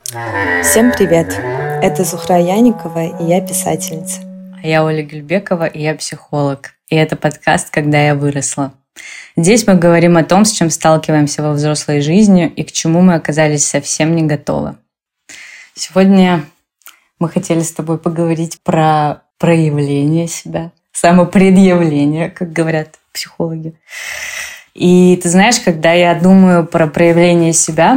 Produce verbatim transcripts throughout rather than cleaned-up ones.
Всем привет! Это Зухра Яникова, и я писательница. А я Оля Гюльбекова, и я психолог. И это подкаст «Когда я выросла». Здесь мы говорим о том, с чем сталкиваемся во взрослой жизни и к чему мы оказались совсем не готовы. Сегодня мы хотели с тобой поговорить про проявление себя, самопредъявление, как говорят психологи. И ты знаешь, когда я думаю про проявление себя,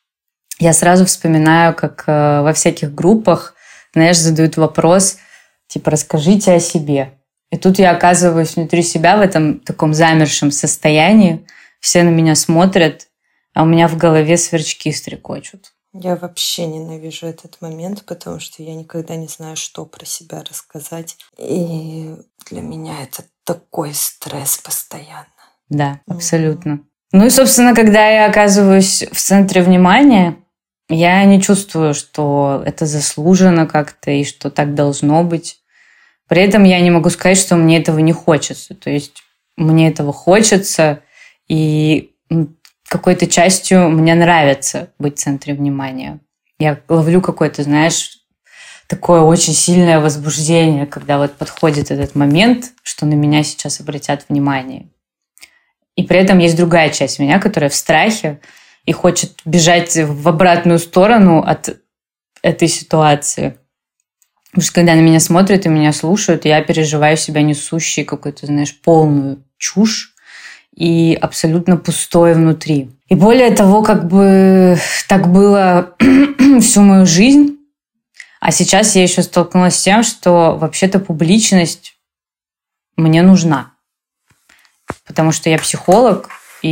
я сразу вспоминаю, как во всяких группах, знаешь, задают вопрос, типа, расскажите о себе. И тут я оказываюсь внутри себя в этом таком замершем состоянии. Все на меня смотрят, а у меня в голове сверчки стрекочут. Я вообще ненавижу этот момент, потому что я никогда не знаю, что про себя рассказать. И для меня это такой стресс постоянно. Да, абсолютно. Mm-hmm. Ну и, собственно, когда я оказываюсь в центре внимания, я не чувствую, что это заслужено как-то и что так должно быть. При этом я не могу сказать, что мне этого не хочется. То есть мне этого хочется, и какой-то частью мне нравится быть в центре внимания. Я ловлю какое-то, знаешь, такое очень сильное возбуждение, когда вот подходит этот момент, что на меня сейчас обратят внимание. И при этом есть другая часть меня, которая в страхе и хочет бежать в обратную сторону от этой ситуации. Потому что когда на меня смотрят и меня слушают, я переживаю себя несущей какую-то, знаешь, полную чушь и абсолютно пустой внутри. И более того, как бы так было всю мою жизнь, а сейчас я еще столкнулась с тем, что вообще-то публичность мне нужна. Потому что я психолог,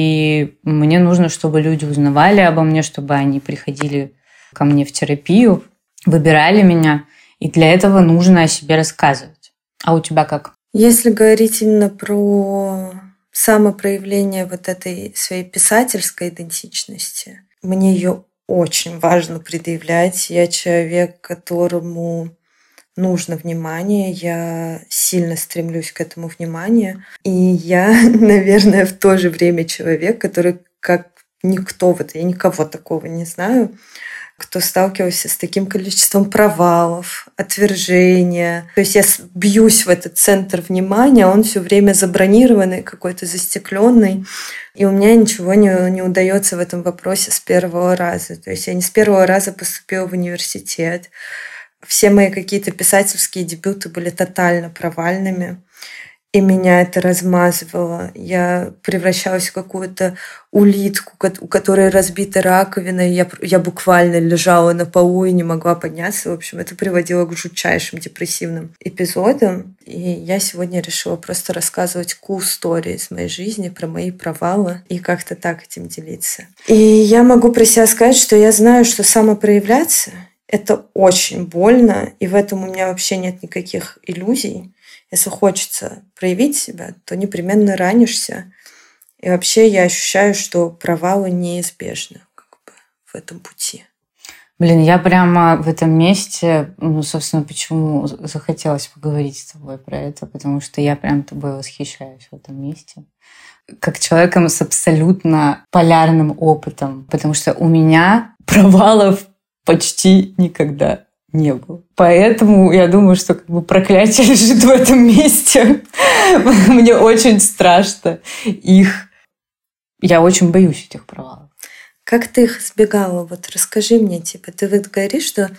и мне нужно, чтобы люди узнавали обо мне, чтобы они приходили ко мне в терапию, выбирали меня. И для этого нужно о себе рассказывать. А у тебя как? Если говорить именно про самопроявление вот этой своей писательской идентичности, мне ее очень важно предъявлять. Я человек, которому нужно внимание, я сильно стремлюсь к этому вниманию. И я, наверное, в то же время человек, который как никто, вот я никого такого не знаю, кто сталкивался с таким количеством провалов, отвержения. То есть я бьюсь в этот центр внимания, он все время забронированный, какой-то застекленный. И у меня ничего не, не удается в этом вопросе с первого раза. То есть я не с первого раза поступила в университет. Все мои какие-то писательские дебюты были тотально провальными, и меня это размазывало. Я превращалась в какую-то улитку, у которой разбита раковина, и я, я буквально лежала на полу и не могла подняться. В общем, это приводило к жутчайшим депрессивным эпизодам. И я сегодня решила просто рассказывать cool story из моей жизни, про мои провалы, и как-то так этим делиться. И я могу про себя сказать, что я знаю, что самопроявляться — это очень больно, и в этом у меня вообще нет никаких иллюзий. Если хочется проявить себя, то непременно ранишься. И вообще я ощущаю, что провалы неизбежны как бы в этом пути. Блин, я прямо в этом месте, ну, собственно, почему захотелось поговорить с тобой про это, потому что я прям тобой восхищаюсь в этом месте. Как человеком с абсолютно полярным опытом, потому что у меня провалов почти никогда не было. Поэтому я думаю, что как бы проклятие лежит в этом месте. Мне очень страшно их. Я очень боюсь этих провалов. Как ты их избегала? Вот расскажи мне, типа, ты вот говоришь, что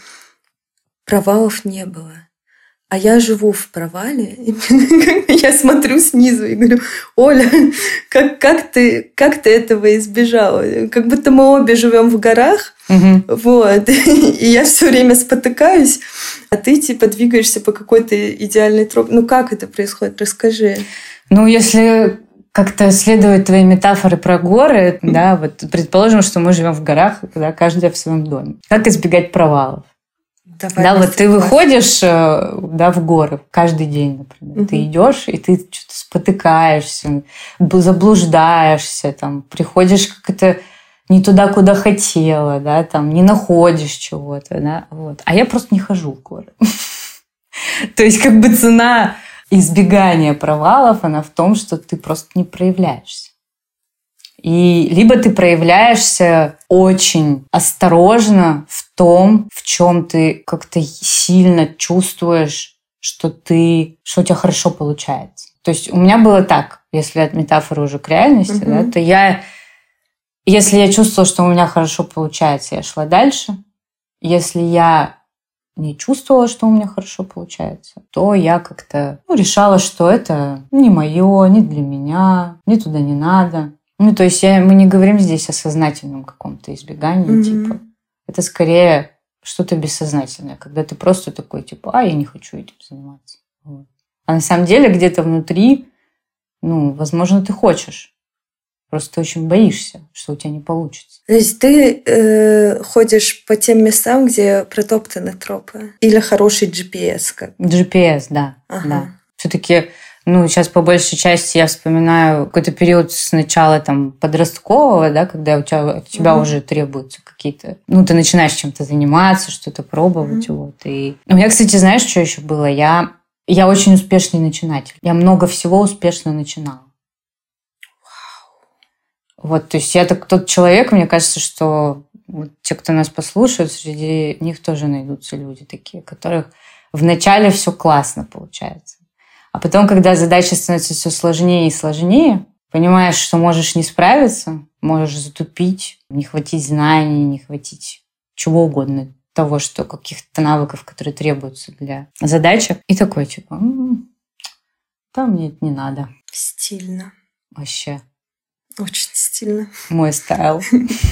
провалов не было. А я живу в провале, и я смотрю снизу и говорю: Оля, как, как, ты, как ты этого избежала? Как будто мы обе живем в горах, угу. Вот, и я все время спотыкаюсь, а ты типа двигаешься по какой-то идеальной тропе. Ну как это происходит? Расскажи. Ну, если как-то следовать твоей метафоры про горы, да, вот предположим, что мы живем в горах, да, каждая в своем доме. Как избегать провалов? Давай да, вот ты выходишь, да, в горы каждый день, например. Угу. Ты идешь, и ты что-то спотыкаешься, заблуждаешься, там, приходишь как-то не туда, куда хотела, да, там, не находишь чего-то, да, вот. А я просто не хожу в горы. То есть как бы цена избегания провалов, она в том, что ты просто не проявляешься. И либо ты проявляешься очень осторожно в том, в чем ты как-то сильно чувствуешь, что ты, что у тебя хорошо получается. То есть у меня было так, если от метафоры уже к реальности, mm-hmm. да, то я, если я чувствовала, что у меня хорошо получается, я шла дальше. Если я не чувствовала, что у меня хорошо получается, то я как-то ну, решала, что это не мое, не для меня, мне туда не надо. Ну, то есть я, мы не говорим здесь о сознательном каком-то избегании, mm-hmm. типа. Это скорее что-то бессознательное, когда ты просто такой, типа, а, я не хочу этим заниматься. Вот. А на самом деле где-то внутри, ну, возможно, ты хочешь. Просто ты очень боишься, что у тебя не получится. То есть ты э, ходишь по тем местам, где протоптаны тропы? Или хороший джи пи эс? Как? джи пи эс, да. Ага. да. Все-таки, ну, сейчас по большей части я вспоминаю какой-то период с начала там, подросткового, да, когда у тебя, от тебя mm-hmm. уже требуются какие-то... Ну, ты начинаешь чем-то заниматься, что-то пробовать. Mm-hmm. Вот, и... У меня, кстати, знаешь, что еще было? Я, я очень успешный начинатель. Я много всего успешно начинала. Вот, то есть я так, тот человек, мне кажется, что вот те, кто нас послушают, среди них тоже найдутся люди такие, у которых вначале все классно получается. А потом, когда задача становится все сложнее и сложнее, понимаешь, что можешь не справиться, можешь затупить, не хватить знаний, не хватить чего угодно, того, что каких-то навыков, которые требуются для задачи. И такой, типа, м-м, да, мне это не надо. Стильно. Вообще. Очень стильно. Мой стайл.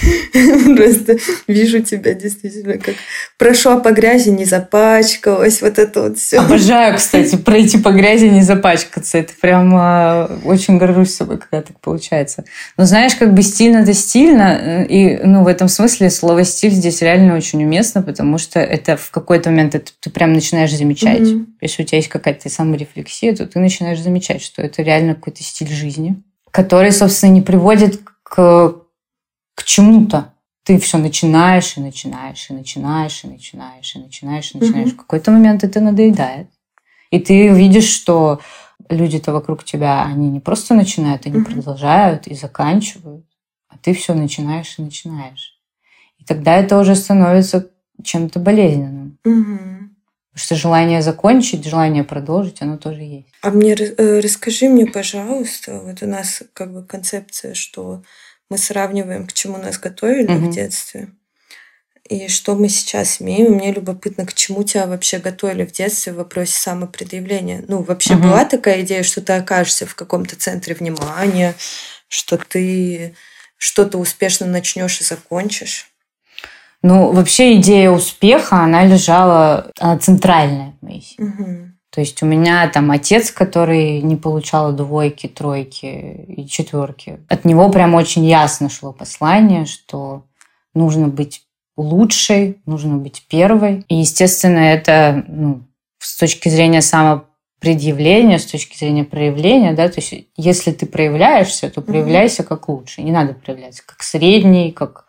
Просто вижу тебя действительно как прошла по грязи, не запачкалась, вот это вот все. Обожаю, кстати, пройти по грязи, не запачкаться. Это прям э, очень горжусь собой, когда так получается. Но знаешь, как бы стильно-то стильно, и ну, в этом смысле слово «стиль» здесь реально очень уместно, потому что это в какой-то момент это, ты прям начинаешь замечать. Mm-hmm. Если у тебя есть какая-то саморефлексия, то ты начинаешь замечать, что это реально какой-то стиль жизни, который, собственно, не приводит к, к чему-то. Ты все начинаешь и начинаешь, и начинаешь, и начинаешь, и начинаешь, и начинаешь. Mm-hmm. В какой-то момент это надоедает. И ты видишь, что люди-то вокруг тебя, они не просто начинают, они mm-hmm. продолжают и заканчивают. А ты все начинаешь и начинаешь. И тогда это уже становится чем-то болезненным. Mm-hmm. Потому что желание закончить, желание продолжить, оно тоже есть. А мне расскажи мне, пожалуйста, вот у нас как бы концепция, что мы сравниваем, к чему нас готовили угу. в детстве, и что мы сейчас имеем. Мне любопытно, к чему тебя вообще готовили в детстве в вопросе самопредъявления. Ну, вообще угу. была такая идея, что ты окажешься в каком-то центре внимания, что ты что-то успешно начнешь и закончишь? Ну, вообще идея успеха, она лежала, она центральная в моей семье. Угу. То есть у меня там отец, который не получал двойки, тройки и четверки. От него прям очень ясно шло послание, что нужно быть лучшей, нужно быть первой. И, естественно, это ну, с точки зрения самопредъявления, с точки зрения проявления, да, то есть если ты проявляешься, то проявляйся угу. как лучший. Не надо проявляться как средний, как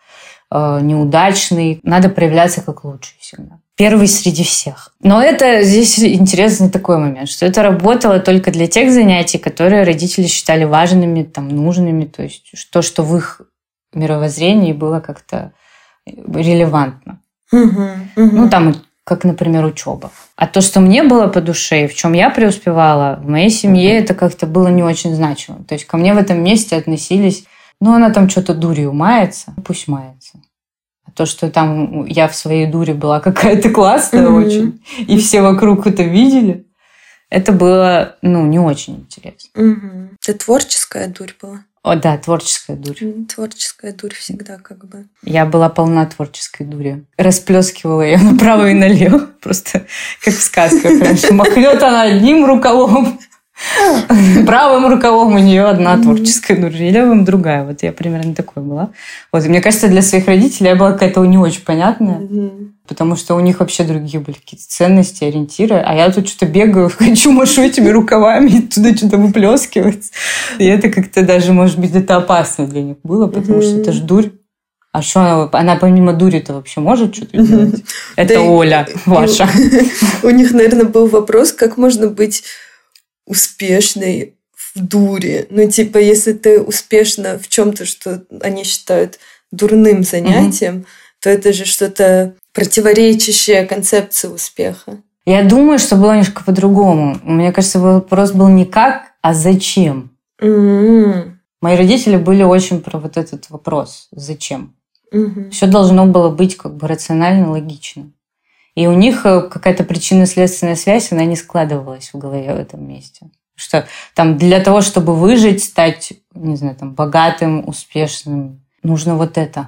неудачный. Надо проявляться как лучший всегда. Первый среди всех. Но это здесь интересный такой момент, что это работало только для тех занятий, которые родители считали важными, там, нужными, то есть то, что в их мировоззрении было как-то релевантно. Угу, угу. Ну, там, как, например, учеба. А то, что мне было по душе, в чем я преуспевала, в моей семье это как-то было не очень значимо. То есть ко мне в этом месте относились: ну, она там что-то дурью мается, пусть мается. А то, что там я в своей дуре была какая-то классная mm-hmm. очень, и все вокруг это видели, это было, ну, не очень интересно. Mm-hmm. Это творческая дурь была? О, да, творческая дурь. Творческая дурь всегда как бы. Я была полна творческой дури. Расплескивала ее направо и налево. Просто как в сказках раньше. Махнет она одним рукавом, правым рукавом у нее одна творческая дурь, и левым другая. Вот я примерно такой была. Вот, и мне кажется, для своих родителей я была какая-то не очень понятная, mm-hmm. потому что у них вообще другие были какие-то ценности, ориентиры, а я тут что-то бегаю, хочу, машу этими рукавами, и туда что-то выплескивается. И это как-то даже, может быть, это опасно для них было, потому mm-hmm. что это же дурь. А что она, она помимо дури-то вообще может что-то делать? Это Оля ваша. У них, наверное, был вопрос, как можно быть успешной в дуре. Ну, типа, если ты успешна в чем-то, что они считают дурным занятием, mm-hmm. то это же что-то противоречащая концепция успеха? Я думаю, что было немножко по-другому. Мне кажется, вопрос был не как, а зачем. Mm-hmm. Мои родители были очень про вот этот вопрос. Зачем? Mm-hmm. Все должно было быть как бы рационально, логично. И у них какая-то причинно-следственная связь, она не складывалась в голове в этом месте. Что там для того, чтобы выжить, стать, не знаю, там, богатым, успешным, нужно вот это.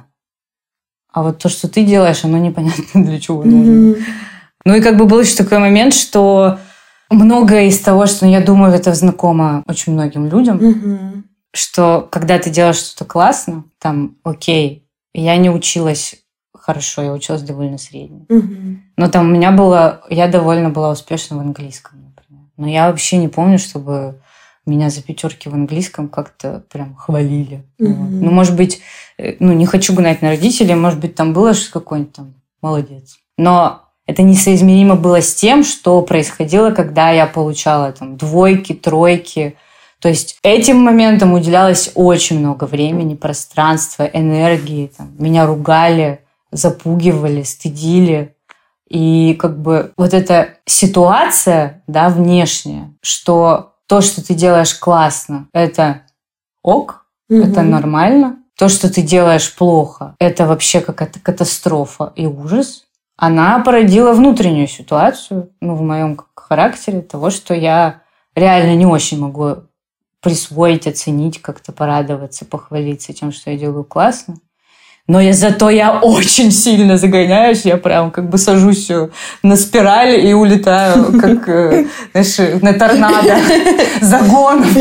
А вот то, что ты делаешь, оно непонятно для чего нужно. Mm-hmm. Ну и как бы был еще такой момент, что многое из того, что, я думаю, это знакомо очень многим людям, mm-hmm. что когда ты делаешь что-то классно, там, окей, я не училась хорошо, я училась довольно средне. Mm-hmm. Но там у меня было, я довольно была успешна в английском, например. Но я вообще не помню, чтобы меня за пятерки в английском как-то прям хвалили. Mm-hmm. Вот. Ну, может быть, ну, не хочу гнать на родителей, может быть, там было что-то какое-нибудь там, молодец. Но это несоизмеримо было с тем, что происходило, когда я получала там двойки, тройки. То есть этим моментам уделялось очень много времени, пространства, энергии. Там, меня ругали, запугивали, стыдили. И как бы вот эта ситуация, да, внешняя, что то, что ты делаешь классно, это ок, mm-hmm. это нормально. То, что ты делаешь плохо, это вообще какая-то катастрофа и ужас. Она породила внутреннюю ситуацию, ну, в моем характере, того, что я реально не очень могу присвоить, оценить, как-то порадоваться, похвалиться тем, что я делаю классно. Но я, зато я очень сильно загоняюсь, я прям как бы сажусь на спираль и улетаю, как, знаешь, на торнадо, загоном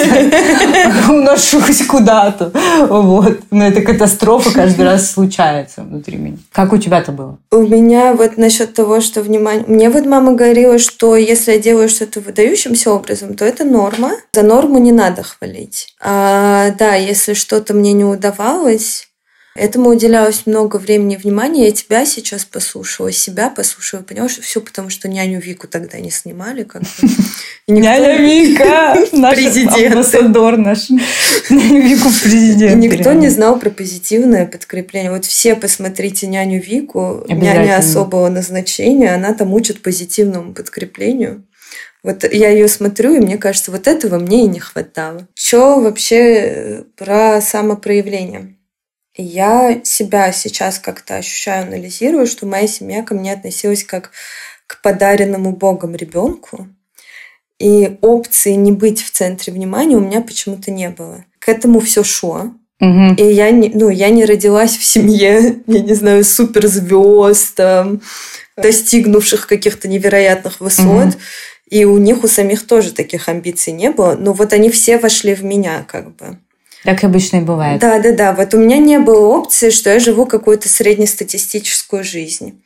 просто уношусь куда-то. Вот. Но эта катастрофа каждый раз случается внутри меня. Как у тебя-то было? У меня вот насчет того, что внимание... Мне вот мама говорила, что если я делаю что-то выдающимся образом, то это норма. За норму не надо хвалить. А, да, если что-то мне не удавалось... Этому уделялось много времени и внимания. Я тебя сейчас послушала, себя послушала. Поняла, что все потому, что няню Вику тогда не снимали. Как бы. Няня Вика, наш амбассадор наш. Няню Вику в президент. Никто не знал про позитивное подкрепление. Вот все посмотрите няню Вику, няня особого назначения. Она там учит позитивному подкреплению. Вот я ее смотрю, и мне кажется, вот этого мне и не хватало. Что вообще про самопроявление? Я себя сейчас как-то ощущаю, анализирую, что моя семья ко мне относилась как к подаренному Богом ребенку, и опции не быть в центре внимания у меня почему-то не было. К этому все шло. Угу. И я не, ну, я не родилась в семье, я не знаю, суперзвезд, там, достигнувших каких-то невероятных высот. Угу. И у них у самих тоже таких амбиций не было. Но вот они все вошли в меня как бы. Так обычно и бывает. Да, да, да. Вот у меня не было опции, что я живу какую-то среднестатистическую жизнь.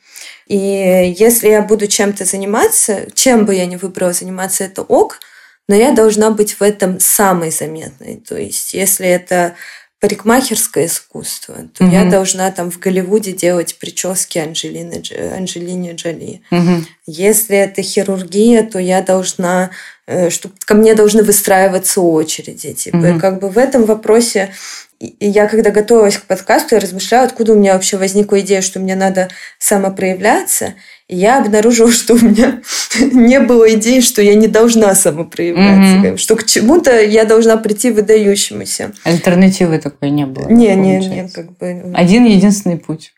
И если я буду чем-то заниматься, чем бы я ни выбрала заниматься, это ок, но я должна быть в этом самой заметной. То есть, если это парикмахерское искусство, то mm-hmm. я должна там в Голливуде делать прически Анджелины, Анджелине Джоли. Mm-hmm. Если это хирургия, то я должна, что ко мне должны выстраиваться очереди. Типа, mm-hmm. как бы в этом вопросе я, когда готовилась к подкасту, я размышляла, откуда у меня вообще возникла идея, что мне надо самопроявляться. И я обнаружила, что у меня не было идеи, что я не должна самопроявляться. Mm-hmm. Что к чему-то я должна прийти выдающемуся. Альтернативы такой не было. Не, не, не, как бы... Один единственный путь.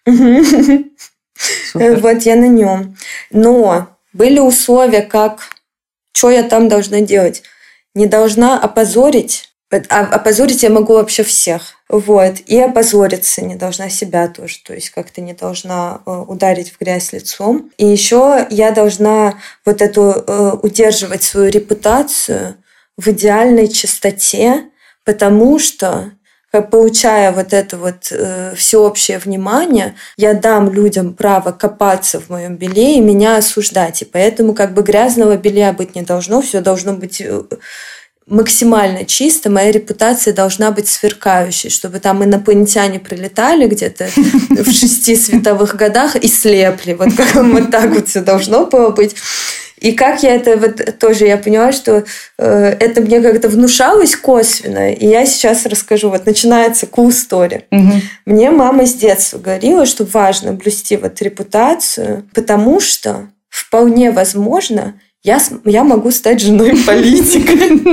Вот я на нем. Но были условия, как... Что я там должна делать? Не должна опозорить. А опозорить я могу вообще всех. Вот. И опозориться не должна себя тоже. То есть как-то не должна ударить в грязь лицом. И еще я должна вот эту удерживать свою репутацию в идеальной чистоте, потому что, получая вот это вот всеобщее внимание, я дам людям право копаться в моем белье и меня осуждать. И поэтому как бы грязного белья быть не должно. Все должно быть... максимально чисто, моя репутация должна быть сверкающей, чтобы там инопланетяне прилетали где-то в шести световых годах и слепли. Вот как вот так вот все должно было быть. И как я это вот тоже, я поняла, что э, это мне как-то внушалось косвенно, и я сейчас расскажу. Вот начинается cool story. Угу. Мне мама с детства говорила, что важно блюсти вот репутацию, потому что вполне возможно, я, я могу стать женой политика.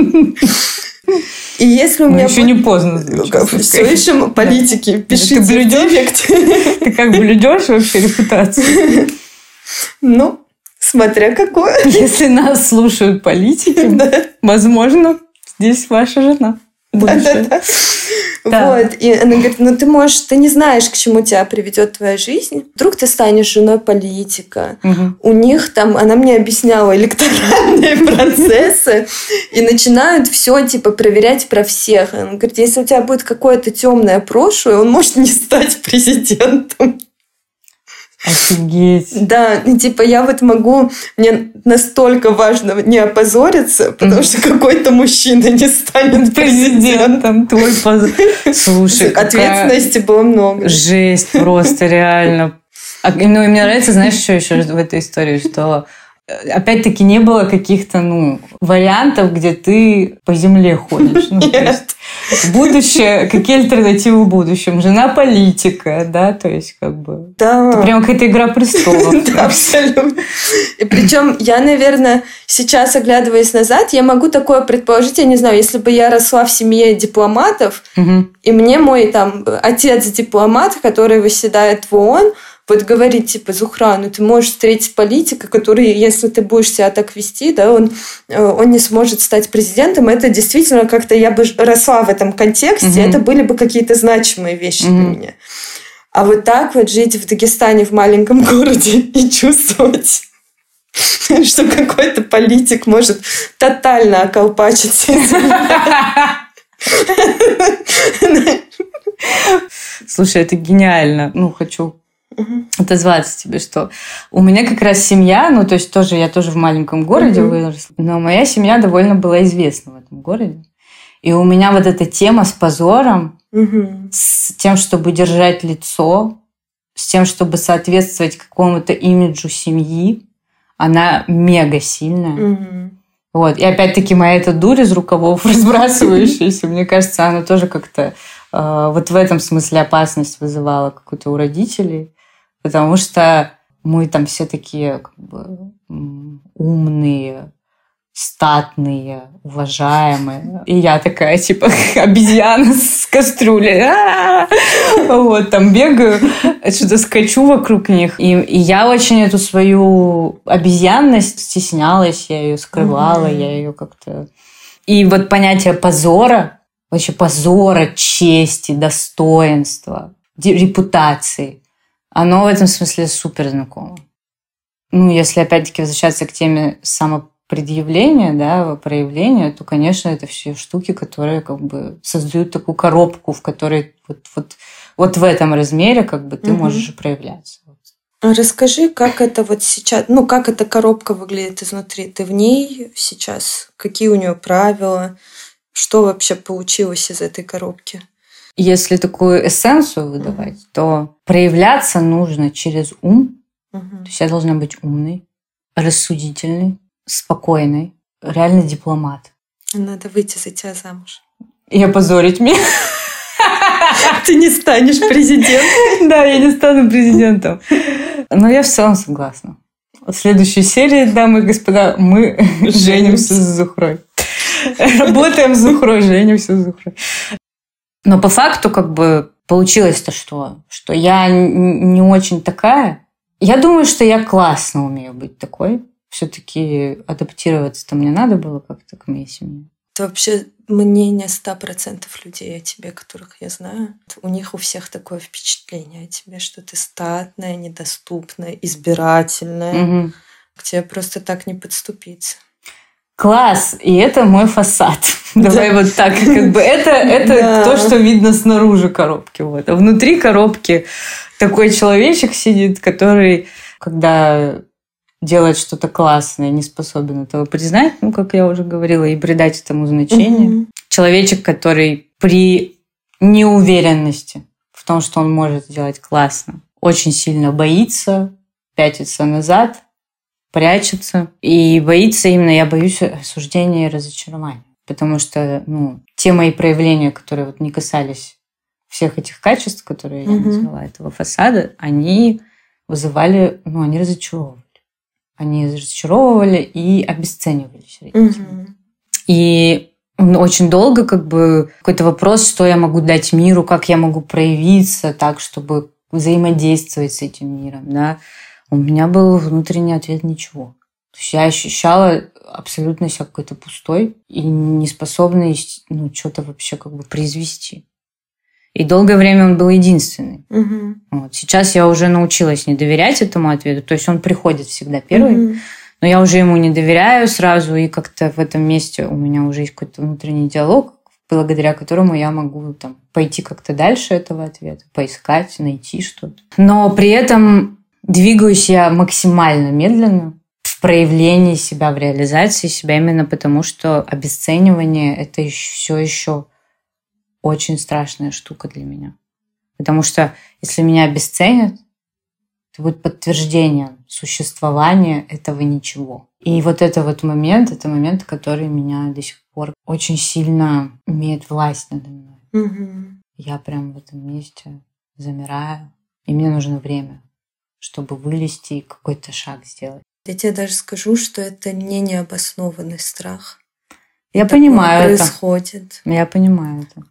И если у меня... еще не поздно. Все еще политики, пишите в директ. Ты как блюдешь вообще репутацию? Ну, смотря какое. Если нас слушают политики, возможно, здесь ваша жена. Да-да-да. Вот. И она говорит, ну ты можешь, ты не знаешь, к чему тебя приведет твоя жизнь. Вдруг ты станешь женой политика. Угу. У них там, она мне объясняла электоральные процессы, и начинают все типа проверять про всех. Она говорит, если у тебя будет какое-то темное прошлое, он может не стать президентом. Офигеть. Да, типа я вот могу, мне настолько важно не опозориться, потому что какой-то мужчина не станет президентом. Твой позор. Слушай, ответственности было много. Жесть просто, реально. Ну, и мне нравится, знаешь, что еще в этой истории, что опять-таки не было каких-то, ну, вариантов, где ты по земле ходишь. Ну, то есть будущее, какие альтернативы в будущем? Жена политика, да, то есть как бы... Да. Это прям какая-то игра престолов. Да, абсолютно. И причем я, наверное, сейчас, оглядываясь назад, я могу такое предположить, я не знаю, если бы я росла в семье дипломатов, и мне мой там отец дипломат, который выседает в ООН, вот говорит, типа, Зухра, ну ты можешь встретить политика, который, если ты будешь себя так вести, да, он, он не сможет стать президентом. Это действительно как-то я бы росла в этом контексте, mm-hmm. это были бы какие-то значимые вещи mm-hmm. для меня. А вот так вот жить в Дагестане, в маленьком городе и чувствовать, что какой-то политик может тотально околпачить себя. Слушай, это гениально. Ну, хочу Uh-huh. отозваться тебе, что у меня как раз семья, ну, то есть тоже я тоже в маленьком городе uh-huh. выросла, но моя семья довольно была известна в этом городе. И у меня вот эта тема с позором, uh-huh. с тем, чтобы держать лицо, с тем, чтобы соответствовать какому-то имиджу семьи, она мега сильная. Uh-huh. Вот. И опять-таки моя эта дурь из рукавов разбрасывающаяся, мне кажется, она тоже как-то э, вот в этом смысле опасность вызывала какую-то у родителей. Потому что мы там все такие как бы умные, статные, уважаемые. И я такая, типа, обезьяна с кастрюлей. Вот, там бегаю, что-то скачу вокруг них. И, и я очень эту свою обезьянность стеснялась, я ее скрывала, mm-hmm. я ее как-то... И вот понятие позора, вообще позора, чести, достоинства, репутации, оно в этом смысле супер знакомо. Ну, если опять-таки возвращаться к теме самопредъявления, да, проявления, то, конечно, это все штуки, которые как бы создают такую коробку, в которой вот, вот, вот в этом размере как бы ты угу. можешь проявляться. Расскажи, как это вот сейчас, ну, как эта коробка выглядит изнутри? Ты в ней сейчас? Какие у нее правила? Что вообще получилось из этой коробки? Если такую эссенцию выдавать, uh-huh. то проявляться нужно через ум. Uh-huh. То есть я должна быть умной, рассудительной, спокойной, реально дипломат. Надо выйти за тебя замуж. И опозорить меня. Ты не станешь президентом. Да, я не стану президентом. Но я в целом согласна. В следующей серии, дамы и господа, мы женимся с Зухрой. Работаем с Зухрой, женимся с Зухрой. Но по факту как бы получилось-то что? Что я не очень такая. Я думаю, что я классно умею быть такой. Все-таки адаптироваться-то мне надо было как-то к моей семье. Это вообще мнение ста процентов людей о тебе, которых я знаю. У них у всех такое впечатление о тебе, что ты статная, недоступная, избирательная. Угу. К тебе просто так не подступиться. Класс! И это мой фасад. Давай вот так. Как бы это это да. то, что видно снаружи коробки. Вот. А внутри коробки такой человечек сидит, который, когда делает что-то классное, не способен этого признать, ну, как я уже говорила, и придать этому значение. Угу. Человечек, который при неуверенности в том, что он может сделать классно, очень сильно боится, пятится назад, прячется и боится именно, я боюсь осуждения и разочарования. Потому что, ну, те мои проявления, которые вот не касались всех этих качеств, которые я mm-hmm. назвала, этого фасада, они вызывали, ну, они разочаровывали. Они разочаровывали и обесценивали зрителей. Mm-hmm. И очень долго как бы какой-то вопрос, что я могу дать миру, как я могу проявиться так, чтобы взаимодействовать с этим миром, да. У меня был внутренний ответ – ничего. То есть я ощущала абсолютно себя какой-то пустой и неспособной, ну, что-то вообще как бы произвести. И долгое время он был единственный. Угу. Вот. Сейчас я уже научилась не доверять этому ответу. То есть он приходит всегда первый, угу. но я уже ему не доверяю сразу, и как-то в этом месте у меня уже есть какой-то внутренний диалог, благодаря которому я могу там пойти как-то дальше этого ответа, поискать, найти что-то. Но при этом двигаюсь я максимально медленно в проявлении себя, в реализации себя, именно потому что обесценивание – это все еще очень страшная штука для меня. Потому что если меня обесценят, это будет подтверждением существования этого ничего. И вот это вот момент, это момент, который меня до сих пор очень сильно имеет власть надо мной. Угу. Я прям в этом месте замираю, и мне нужно время, чтобы вылезти и какой-то шаг сделать. Я тебе даже скажу, что это не необоснованный страх. Я и понимаю это. Происходит. Я понимаю это.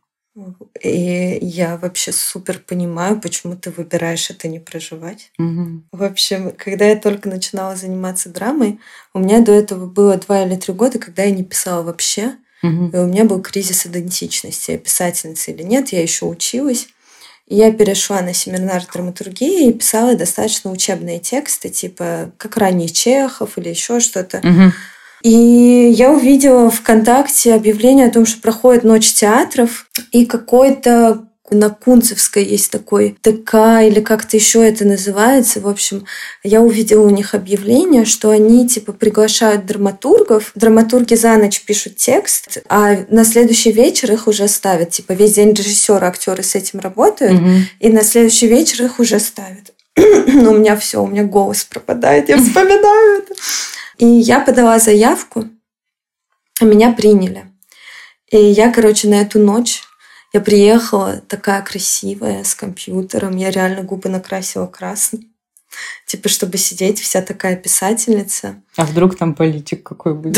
И я вообще супер понимаю, почему ты выбираешь это не проживать. Угу. В общем, когда я только начинала заниматься драмой, у меня до этого было два или три года, когда я не писала вообще. Угу. И у меня был кризис идентичности, я писательница или нет, я еще училась. И я перешла на семинар драматургии и писала достаточно учебные тексты, типа как ранний Чехов или еще что-то. Угу. И я увидела ВКонтакте объявление о том, что проходит ночь театров, и какой-то на Кунцевской есть такой ТК, или как-то еще это называется. В общем, я увидела у них объявление, что они типа приглашают драматургов. Драматурги за ночь пишут текст, а на следующий вечер их уже ставят. Типа весь день режиссеры, актеры с этим работают, mm-hmm. и на следующий вечер их уже ставят. Но у меня все, у меня голос пропадает, я вспоминаю это. И я подала заявку, а меня приняли. И я, короче, на эту ночь я приехала такая красивая, с компьютером. Я реально губы накрасила красным. Типа, чтобы сидеть, вся такая писательница. А вдруг там политик какой будет?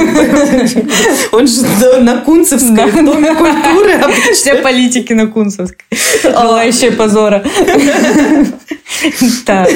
Он же на Кунцевской, в Доме культуры. Все политики на Кунцевской. Желающие позора. Так.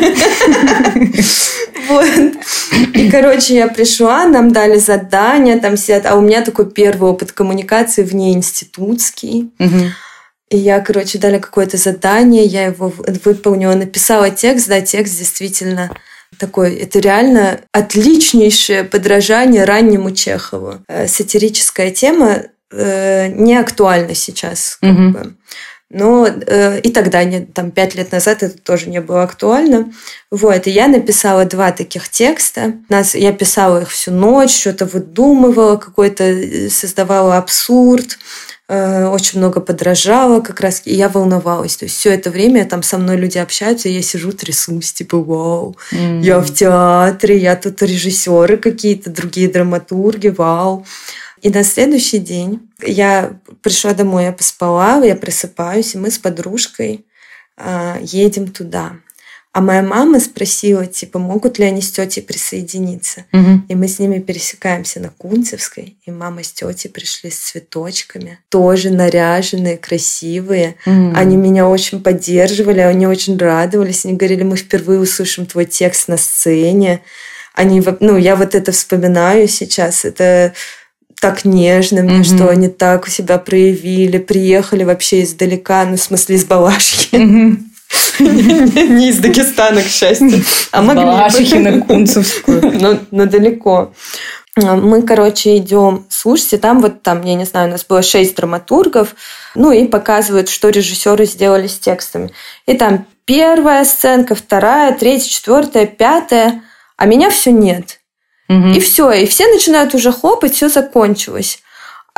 Вот. И, короче, я пришла, нам дали задание, там сидят, а у меня такой первый опыт коммуникации внеинститутский. Угу. И я, короче, дали какое-то задание, я его выполнила, написала текст, да, текст действительно такой, это реально отличнейшее подражание раннему Чехову. Сатирическая тема э, не актуальна сейчас, как угу. бы. Но э, и тогда, не, там, пять лет назад это тоже не было актуально. Вот, и я написала два таких текста. Нас, я писала их всю ночь, что-то выдумывала, какой-то создавала абсурд, э, очень много подражала как раз, и я волновалась. То есть все это время там со мной люди общаются, и я сижу, трясусь, типа, вау, mm-hmm. я в театре, я тут режиссеры какие-то, другие драматурги, вау. И на следующий день я пришла домой, я поспала, я просыпаюсь, и мы с подружкой э, едем туда. А моя мама спросила, типа, могут ли они с тетей присоединиться. Угу. И мы с ними пересекаемся на Кунцевской, и мама с тетей пришли с цветочками, тоже наряженные, красивые. Угу. Они меня очень поддерживали, они очень радовались. Они говорили, мы впервые услышим твой текст на сцене. Они, ну, я вот это вспоминаю сейчас, это... так нежно мне, mm-hmm. что они так у себя проявили, приехали вообще издалека, ну, в смысле, из Балашихи. Mm-hmm. Не из Дагестана, к счастью. А могли Балашихи на Кунцевскую. Но далеко. Мы, короче, идем, слушайте, там вот там, я не знаю, у нас было шесть драматургов, ну, и показывают, что режиссеры сделали с текстами. И там первая сценка, вторая, третья, четвертая, пятая, а меня все нет. Угу. И все, и все начинают уже хлопать, все закончилось.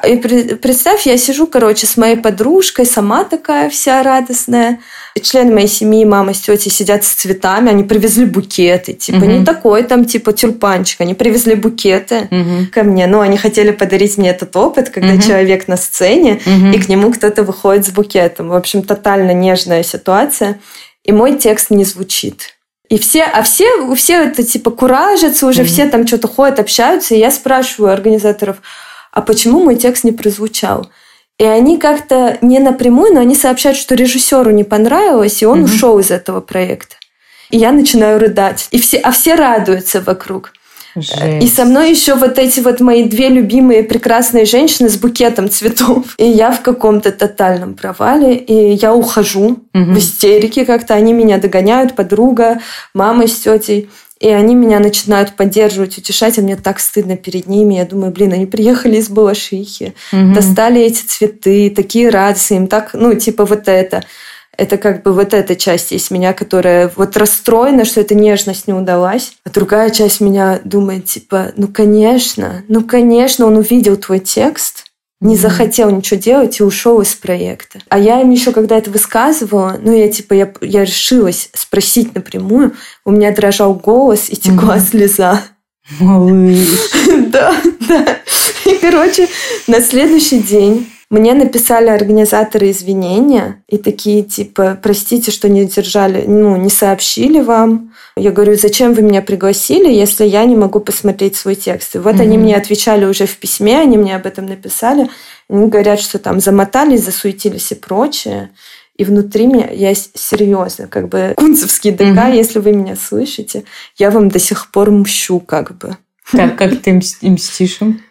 И представь, я сижу, короче, с моей подружкой, сама такая вся радостная. Члены моей семьи, мама с тетей сидят с цветами, они привезли букеты. Типа, угу. не такой там, типа, тюльпанчик. Они привезли букеты угу. ко мне. Но они хотели подарить мне этот опыт, когда угу. человек на сцене, угу. и к нему кто-то выходит с букетом. В общем, тотально нежная ситуация. И мой текст не звучит. И все, а все, все это, типа, куражатся уже, угу. все там что-то ходят, общаются. И я спрашиваю организаторов, а почему мой текст не прозвучал? И они как-то не напрямую, но они сообщают, что режиссеру не понравилось, и он mm-hmm. ушел из этого проекта. И я начинаю рыдать. И все, а все радуются вокруг. Жесть. И со мной еще вот эти вот мои две любимые прекрасные женщины с букетом цветов. И я в каком-то тотальном провале. И я ухожу mm-hmm. в истерике как-то. Они меня догоняют, подруга, мама с тетей. И они меня начинают поддерживать, утешать, а мне так стыдно перед ними. Я думаю, блин, они приехали из Балашихи, угу. достали эти цветы, такие радостные, им так, ну, типа вот это. Это как бы вот эта часть есть меня, которая вот расстроена, что эта нежность не удалась. А другая часть меня думает, типа, ну, конечно, ну, конечно, он увидел твой текст, не захотел ничего делать и ушел из проекта. А я им еще, когда это высказывала, ну, я типа, я, я решилась спросить напрямую, у меня дрожал голос и текла mm-hmm. слеза. Малыш. Да, да. И, короче, на следующий день мне написали организаторы извинения и такие, типа, простите, что не держали, ну, не сообщили вам. Я говорю, зачем вы меня пригласили, если я не могу посмотреть свой текст? И вот mm-hmm. они мне отвечали уже в письме, они мне об этом написали. Они говорят, что там замотались, засуетились и прочее. И внутри меня, я серьезно, как бы, Кунцевский ДК, mm-hmm. если вы меня слышите, я вам до сих пор мщу, как бы. Как, как ты мстишь им?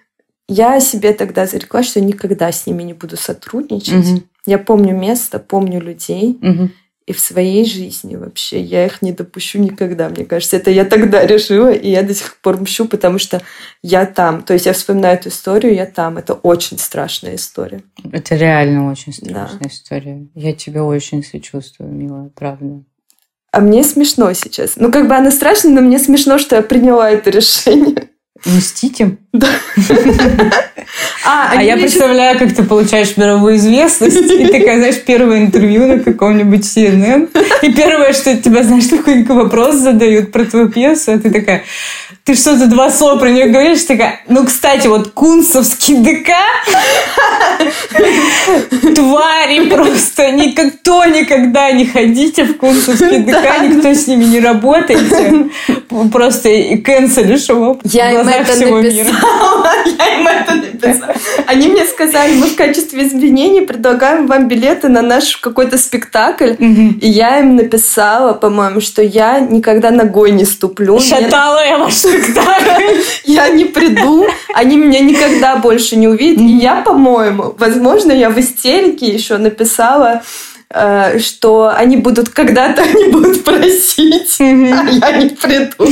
Я себе тогда зарекла, что никогда с ними не буду сотрудничать. Угу. Я помню место, помню людей. Угу. И в своей жизни вообще я их не допущу никогда, мне кажется. Это я тогда решила, и я до сих пор мщу, потому что я там. То есть я вспоминаю эту историю, я там. Это очень страшная история. Это реально очень страшная да. история. Я тебя очень сочувствую, милая, правда. А мне смешно сейчас. Ну, как бы она страшная, но мне смешно, что я приняла это решение. Мстить им? Да. А, а я представляю, как ты получаешь мировую известность, и ты, знаешь, первое интервью на каком-нибудь си эн эн, и первое, что тебя, знаешь, какой-нибудь вопрос задают про твою пьесу, а ты такая, ты что-то два слова про нее говоришь, такая, ну, кстати, вот Кунцевский ДК, твари просто, никто никогда не ходите в Кунцевский ДК, никто с ними не работайте, просто и канцелишь его в глазах всего мира. Я им это написала. Они мне сказали, мы в качестве извинений предлагаем вам билеты на наш какой-то спектакль. Угу. И я им написала, по-моему, что я никогда ногой не ступлю. Шатала я ваш спектакль. Я не приду, они меня никогда больше не увидят. И я, по-моему, возможно, я в истерике еще написала, что они будут, когда-то они будут просить, mm-hmm. а я не приду.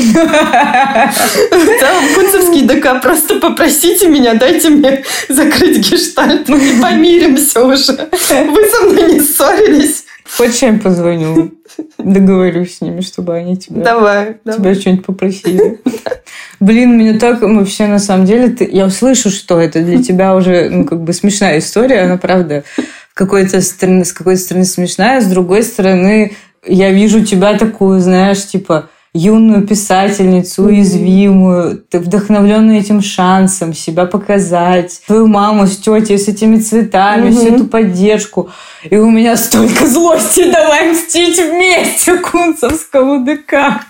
Там Кунцевский ДК, просто попросите меня, дайте мне закрыть гештальт, мы не помиримся уже. Вы со мной не ссорились. Хочешь, я им позвоню? Договорюсь с ними, чтобы они тебя, давай, тебя давай. что-нибудь попросили. Блин, меня так вообще, на самом деле, ты, я услышу, что это для тебя уже, ну, как бы смешная история, она, правда, какой-то стороны, с какой-то стороны смешная, с другой стороны, я вижу тебя такую, знаешь, типа, юную писательницу, уязвимую, ты вдохновленную этим шансом себя показать, твою маму с тетей, с этими цветами, mm-hmm. всю эту поддержку. И у меня столько злости, давай мстить вместе Кунцевскому ДК.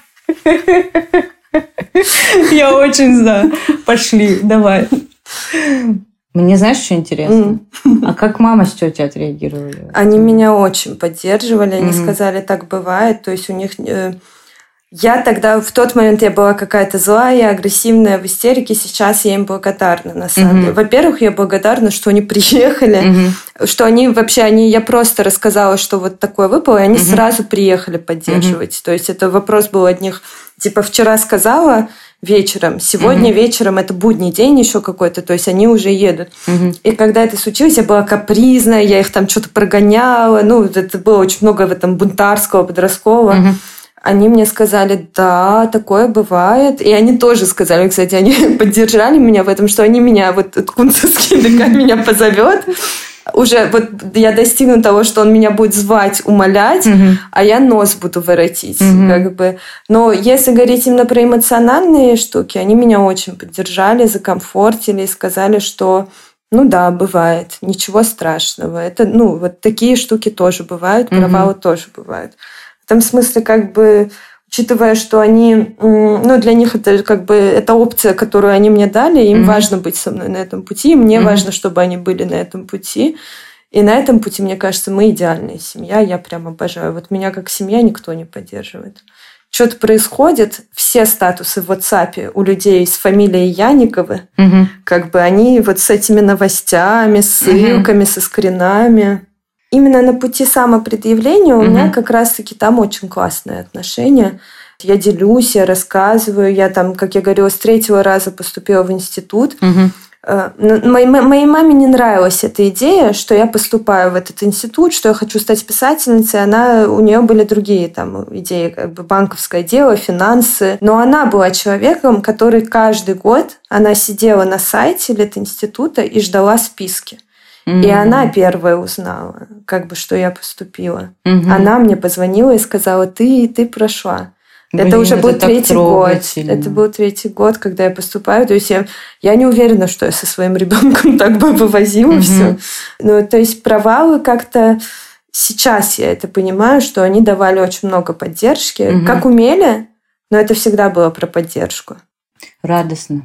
Я очень за. Пошли, давай. Мне знаешь, что интересно? Mm. А как мама с тетей отреагировали? Они меня очень поддерживали. Они mm-hmm. сказали, так бывает. То есть у них... Я тогда, в тот момент я была какая-то злая, агрессивная, в истерике. Сейчас я им благодарна, на самом mm-hmm. деле. Во-первых, я благодарна, что они приехали, mm-hmm. что они вообще... они Я просто рассказала, что вот такое выпало, и они mm-hmm. сразу приехали поддерживать. Mm-hmm. То есть это вопрос был одних... Типа вчера сказала... вечером. Сегодня mm-hmm. вечером это будний день еще какой-то, то есть они уже едут. Mm-hmm. И когда это случилось, я была капризная, я их там что-то прогоняла. Ну, это было очень много в этом бунтарского, подросткового. Mm-hmm. Они мне сказали, да, такое бывает. И они тоже сказали, кстати, они поддержали меня в этом, что они меня, вот кунцевский ДК меня позовет. Уже вот я достигну того, что он меня будет звать, умолять, mm-hmm. а я нос буду воротить. Mm-hmm. Как бы. Но если говорить именно про эмоциональные штуки, они меня очень поддержали, закомфортили и сказали, что ну да, бывает, ничего страшного. Это, ну, вот такие штуки тоже бывают, провалы mm-hmm. тоже бывают. В этом смысле, как бы, учитывая, что они, ну, для них это как бы это опция, которую они мне дали, им mm-hmm. важно быть со мной на этом пути, и мне mm-hmm. важно, чтобы они были на этом пути. И на этом пути, мне кажется, мы идеальная семья, я прям обожаю. Вот меня как семья никто не поддерживает. Что-то происходит, все статусы в WhatsApp у людей с фамилией Яниковы, mm-hmm. как бы они вот с этими новостями, ссылками, mm-hmm. со скринами. Именно на пути самопредъявления у mm-hmm. меня как раз-таки там очень классные отношения. Я делюсь, я рассказываю. Я там, как я говорила, с третьего раза поступила в институт. Mm-hmm. Моей, моей маме не нравилась эта идея, что я поступаю в этот институт, что я хочу стать писательницей. Она, у нее были другие там идеи, как бы банковское дело, финансы. Но она была человеком, который каждый год она сидела на сайте Литинститута и ждала списки. Mm-hmm. И она первая узнала, как бы, что я поступила. Mm-hmm. Она мне позвонила и сказала, ты, ты прошла. Блин, это уже это был третий год. Это был третий год, когда я поступаю. То есть я, я не уверена, что я со своим ребенком так бы вывозила mm-hmm. все. Ну, то есть провалы как-то... Сейчас я это понимаю, что они давали очень много поддержки. Mm-hmm. Как умели, но это всегда было про поддержку. Радостно.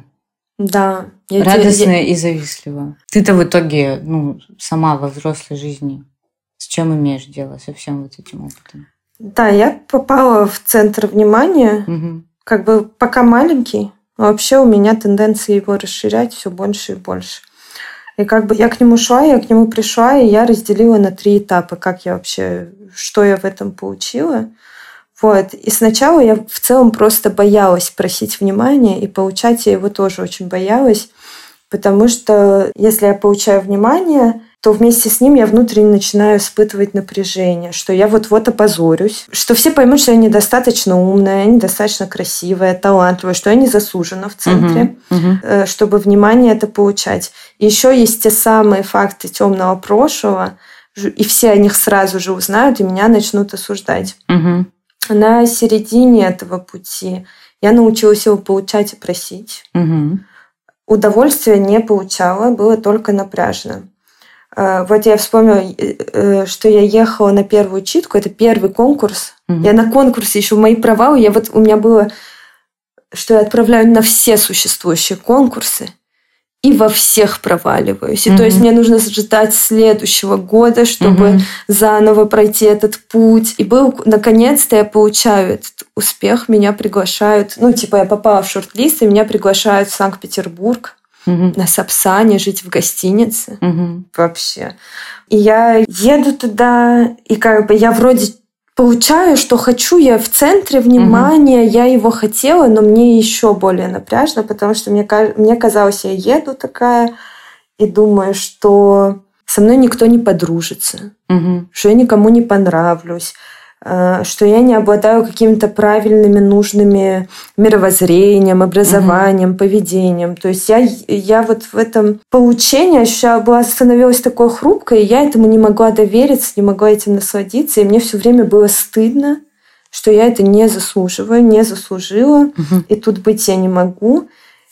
Да. Радостно я... и завистливо. Ты-то в итоге, ну, сама во взрослой жизни с чем имеешь дело, со всем вот этим опытом? Да, я попала в центр внимания, угу. как бы пока маленький, но вообще у меня тенденция его расширять все больше и больше. И как бы я к нему шла, я к нему пришла, и я разделила на три этапа, как я вообще, что я в этом получила. Вот. И сначала я в целом просто боялась просить внимания, и получать я его тоже очень боялась, потому что если я получаю внимание, то вместе с ним я внутренне начинаю испытывать напряжение, что я вот-вот опозорюсь, что все поймут, что я недостаточно умная, я недостаточно красивая, талантливая, что я не заслужена в центре, uh-huh, uh-huh. чтобы внимание это получать. И еще есть те самые факты темного прошлого, и все о них сразу же узнают, и меня начнут осуждать. Uh-huh. На середине этого пути я научилась его получать и просить. Угу. Удовольствия не получала, было только напряжно. Вот я вспомнила, что я ехала на первую читку, это первый конкурс. Угу. Я на конкурсе еще мои провалы, я вот, у меня было, что я отправляю на все существующие конкурсы, и во всех проваливаюсь. И mm-hmm. то есть мне нужно ждать следующего года, чтобы mm-hmm. заново пройти этот путь. И был, наконец-то я получаю этот успех, меня приглашают, ну, типа я попала в шорт-лист, и меня приглашают в Санкт-Петербург mm-hmm. на Сапсане жить в гостинице. Mm-hmm. Вообще. И я еду туда, и как бы я вроде получаю, что хочу, я в центре внимания, угу. я его хотела, но мне еще более напряжно, потому что мне, мне казалось, я еду такая и думаю, что со мной никто не подружится, угу. что я никому не понравлюсь, что я не обладаю какими-то правильными, нужными мировоззрением, образованием, угу. поведением. То есть я, я вот в этом получении ощущала, была, становилась такой хрупкой, и я этому не могла довериться, не могла этим насладиться, и мне все время было стыдно, что я это не заслуживаю, не заслужила, угу. и тут быть я не могу.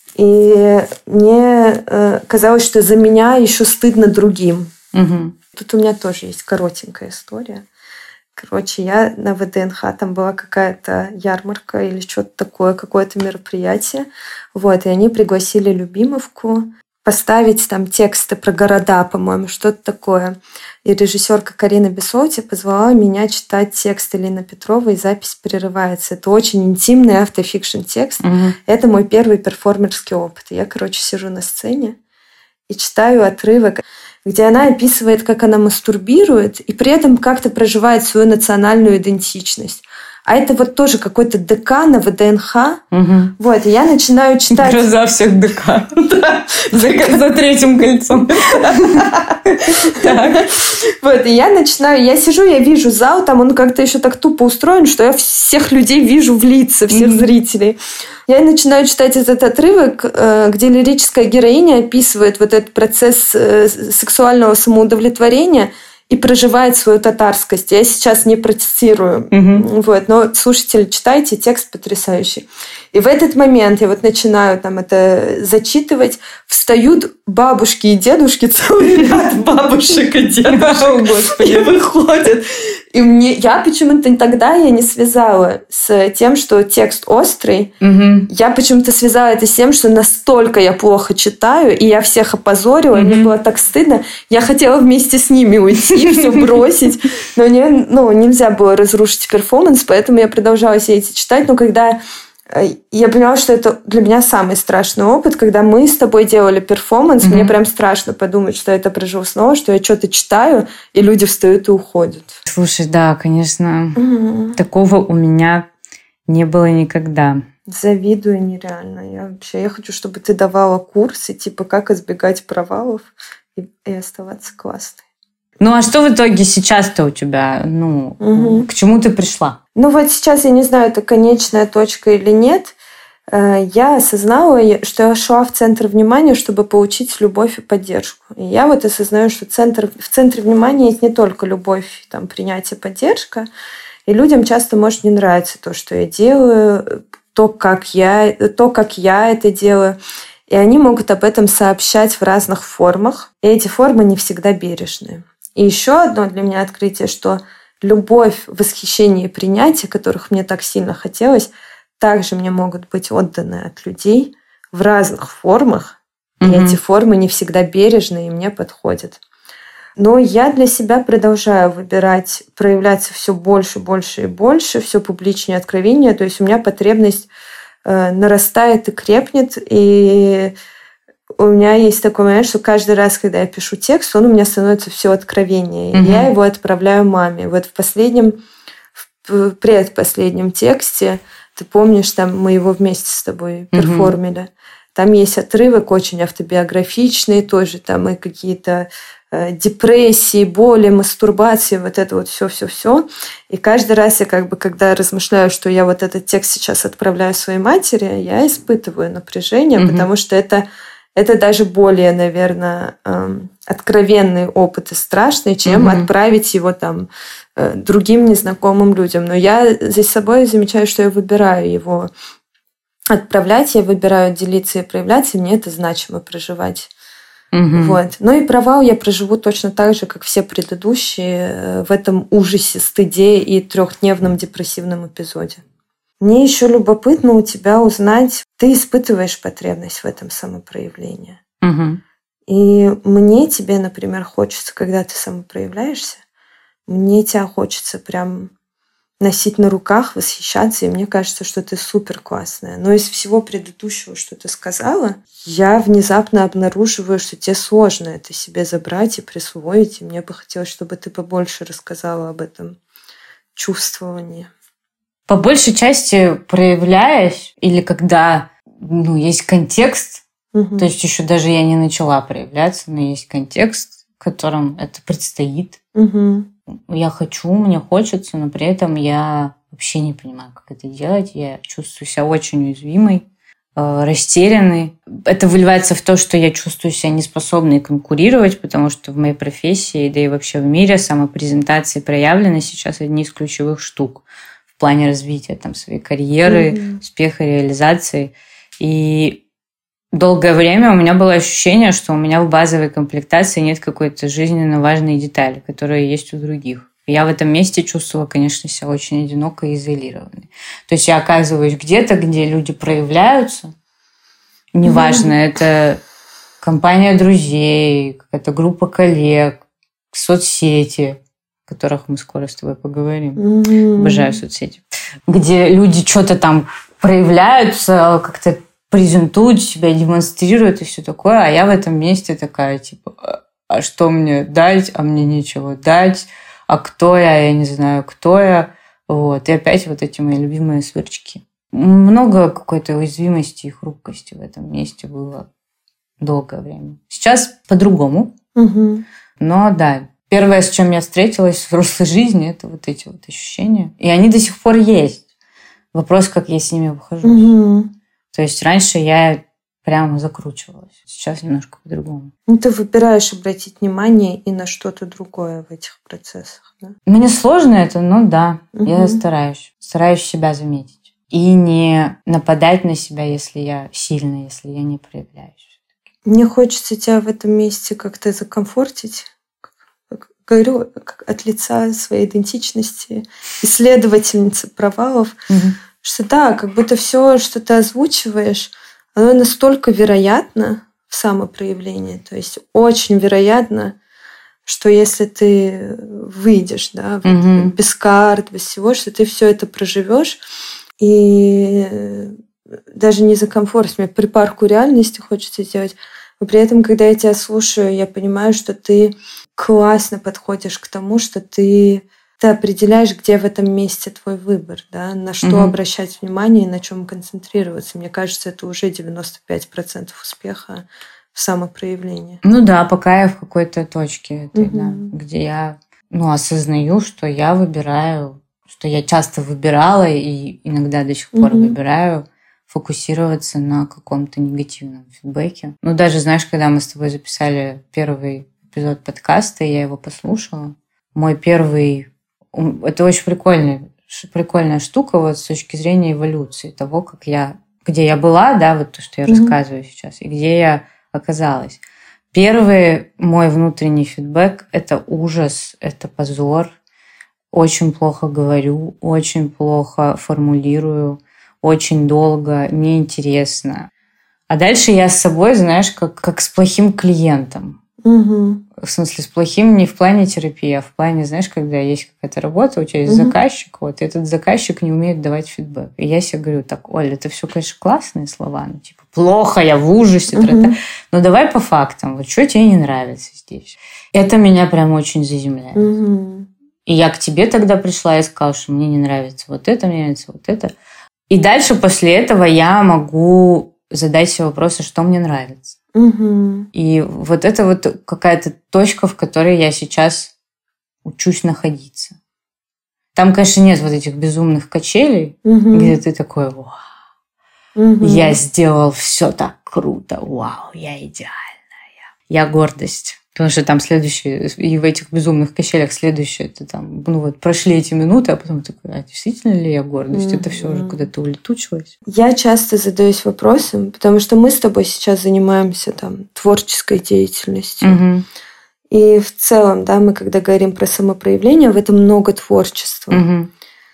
И мне э, казалось, что за меня еще стыдно другим. Угу. Тут у меня тоже есть коротенькая история. Короче, я на ВДНХ, там была какая-то ярмарка или что-то такое, какое-то мероприятие. Вот, и они пригласили Любимовку поставить там тексты про города, по-моему, что-то такое. И режиссерка Карина Бесолти позвала меня читать текст Лины Петровой, и запись прерывается. Это очень интимный автофикшн текст. Mm-hmm. Это мой первый перформерский опыт. Я, короче, сижу на сцене и читаю отрывок, где она описывает, как она мастурбирует, и при этом как-то проживает свою национальную идентичность. а это вот тоже какой-то ДК на ВДНХ. Угу. Вот, и я начинаю читать... Гроза всех ДК. За третьим кольцом. Вот, и я начинаю, я сижу, я вижу зал, там он как-то еще так тупо устроен, что я всех людей вижу в лица, всех зрителей. Я начинаю читать этот отрывок, где лирическая героиня описывает вот этот процесс сексуального самоудовлетворения и проживает свою татарскость. Я сейчас не протестирую. Mm-hmm. Вот, но, слушатели, читайте, текст потрясающий. И в этот момент я вот начинаю там это зачитывать. Встают бабушки и дедушки, целый ряд бабушек и дедушек. И выходят. И мне, я почему-то тогда я не связала с тем, что текст острый. Mm-hmm. Я почему-то связала это с тем, что настолько я плохо читаю, и я всех опозорила, mm-hmm. и мне было так стыдно. Я хотела вместе с ними уйти, все бросить. Но не, ну, нельзя было разрушить перформанс, поэтому я продолжала сидеть и читать. Но когда... Я поняла, что это для меня самый страшный опыт, когда мы с тобой делали перформанс, mm-hmm. мне прям страшно подумать, что я это прожил снова, что я что-то читаю, и люди встают и уходят. Слушай, да, конечно, mm-hmm. такого у меня не было никогда. Завидую нереально. Я вообще, я хочу, чтобы ты давала курсы, типа, как избегать провалов и, и оставаться классной. Ну, а что в итоге сейчас-то у тебя? Ну, угу. К чему ты пришла? Ну, вот сейчас я не знаю, это конечная точка или нет. Я осознала, что я шла в центр внимания, чтобы получить любовь и поддержку. И я вот осознаю, что центр, в центре внимания есть не только любовь, там, принятие, поддержка. И людям часто может не нравиться то, что я делаю, то, как я, то, как я это делаю. И они могут об этом сообщать в разных формах. И эти формы не всегда бережные. И еще одно для меня открытие, что любовь, восхищение и принятие, которых мне так сильно хотелось, также мне могут быть отданы от людей в разных формах. Mm-hmm. И эти формы не всегда бережные и мне подходят. Но я для себя продолжаю выбирать, проявляться все больше, больше и больше, все публичнее, откровеннее. То есть у меня потребность э, нарастает и крепнет, и у меня есть такой момент, что каждый раз, когда я пишу текст, он у меня становится все откровеннее. Mm-hmm. И я его отправляю маме. Вот в последнем, в предпоследнем тексте, ты помнишь, там мы его вместе с тобой перформили. Mm-hmm. Там есть отрывок очень автобиографичный, тоже там и какие-то э, депрессии, боли, мастурбации, вот это вот все-все-все. И каждый раз я как бы, когда размышляю, что я вот этот текст сейчас отправляю своей матери, я испытываю напряжение, mm-hmm. потому что это Это даже более, наверное, эм, откровенный опыт и страшный, чем mm-hmm. отправить его там э, другим незнакомым людям. Но я за собой замечаю, что я выбираю его отправлять, я выбираю делиться и проявляться, и мне это значимо проживать. Mm-hmm. Вот. Ну и провал я проживу точно так же, как все предыдущие, в этом ужасе, стыде и трехдневном депрессивном эпизоде. Мне еще любопытно у тебя узнать, ты испытываешь потребность в этом самопроявлении. Угу. И мне тебе, например, хочется, когда ты самопроявляешься, мне тебя хочется прям носить на руках, восхищаться, и мне кажется, что ты супер классная. Но из всего предыдущего, что ты сказала, я внезапно обнаруживаю, что тебе сложно это себе забрать и присвоить, и мне бы хотелось, чтобы ты побольше рассказала об этом чувствовании. По большей части проявляясь, или когда ну, есть контекст, угу. то есть еще даже я не начала проявляться, но есть контекст, в котором это предстоит. Угу. Я хочу, мне хочется, но при этом я вообще не понимаю, как это делать. Я чувствую себя очень уязвимой, растерянной. Это выливается в то, что я чувствую себя неспособной конкурировать, потому что в моей профессии, да и вообще в мире самопрезентация и проявленность сейчас одни из ключевых штук в плане развития там, своей карьеры, mm-hmm. успеха, реализации. И долгое время у меня было ощущение, что у меня в базовой комплектации нет какой-то жизненно важной детали, которая есть у других. Я в этом месте чувствовала, конечно, себя очень одиноко и изолированной. То есть я оказываюсь где-то, где люди проявляются. Неважно, mm-hmm. это компания друзей, какая-то группа коллег, соцсети, о которых мы скоро с тобой поговорим. Mm-hmm. Обожаю соцсети. Где люди что-то там проявляются, как-то презентуют себя, демонстрируют и все такое. А я в этом месте такая, типа, а что мне дать? А мне нечего дать. А кто я? Я не знаю, кто я. Вот. И опять вот эти мои любимые сверчки. Много какой-то уязвимости и хрупкости в этом месте было долгое время. Сейчас по-другому. Угу. Но да, первое, с чем я встретилась в взрослой жизни, это вот эти вот ощущения. И они до сих пор есть. Вопрос, как я с ними выхожу. Угу. То есть раньше я прямо закручивалась. Сейчас немножко по-другому. Ну, ты выбираешь обратить внимание и на что-то другое в этих процессах, да? Мне сложно это, но да, угу. я стараюсь. Стараюсь себя заметить. И не нападать на себя, если я сильная, если я не проявляюсь. Мне хочется тебя в этом месте как-то закомфортить. Говорю как от лица своей идентичности, исследовательницы провалов, угу. что да, как будто все, что ты озвучиваешь, оно настолько вероятно в самопроявлении. То есть очень вероятно, что если ты выйдешь, да, угу. без карт, без всего, что ты все это проживешь. И даже не за комфорт, мне припарку реальности хочется сделать. Но при этом, когда я тебя слушаю, я понимаю, что ты классно подходишь к тому, что ты, ты определяешь, где в этом месте твой выбор, да, на что mm-hmm. обращать внимание и на чем концентрироваться. Мне кажется, это уже девяносто пять процентов успеха в самопроявлении. Ну да, пока я в какой-то точке этой, mm-hmm. да, где я ну, осознаю, что я выбираю, что я часто выбирала и иногда до сих пор mm-hmm. выбираю фокусироваться на каком-то негативном фидбэке. Ну, даже, знаешь, когда мы с тобой записали первый эпизод подкаста, и я его послушала, мой первый... Это очень прикольная, прикольная штука вот с точки зрения эволюции того, как я... Где я была, да, вот то, что я mm-hmm. рассказываю сейчас, и где я оказалась. Первый мой внутренний фидбэк – это ужас, это позор. Очень плохо говорю, очень плохо формулирую, очень долго, неинтересно. А дальше я с собой, знаешь, как, как с плохим клиентом. Угу. В смысле, с плохим не в плане терапии, а в плане, знаешь, когда есть какая-то работа, у тебя есть угу. заказчик, вот, и этот заказчик не умеет давать фидбэк. И я себе говорю, так, Оль, это все, конечно, классные слова, ну, типа, плохо, я в ужасе, угу. но давай по фактам, вот что тебе не нравится здесь? Это меня прям очень заземляет. Угу. И я к тебе тогда пришла и сказала, что мне не нравится вот это, мне нравится вот это. И дальше после этого я могу задать себе вопросы, что мне нравится. Угу. И вот это вот какая-то точка, в которой я сейчас учусь находиться. Там, конечно, нет вот этих безумных качелей, угу. где ты такой, вау, угу. я сделал все так круто, вау, я идеальная, я гордость. Потому что там следующее, и в этих безумных качелях следующее, это там, ну вот, прошли эти минуты, а потом такой, а действительно ли я гордость? Mm-hmm. Это все уже куда-то улетучилось. Я часто задаюсь вопросом, потому что мы с тобой сейчас занимаемся там творческой деятельностью. Mm-hmm. И в целом, да, мы когда говорим про самопроявление, в этом много творчества. Mm-hmm.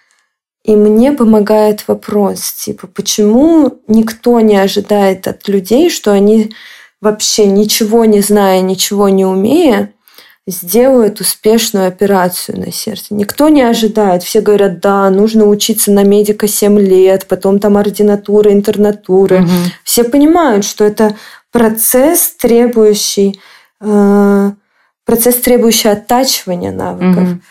И мне помогает вопрос, типа, почему никто не ожидает от людей, что они... вообще ничего не зная, ничего не умея, сделают успешную операцию на сердце. Никто не ожидает. Все говорят, да, нужно учиться на медика семь лет, потом там ординатура, интернатура. Угу. Все понимают, что это процесс, требующий, э, процесс, требующий оттачивания навыков. Угу.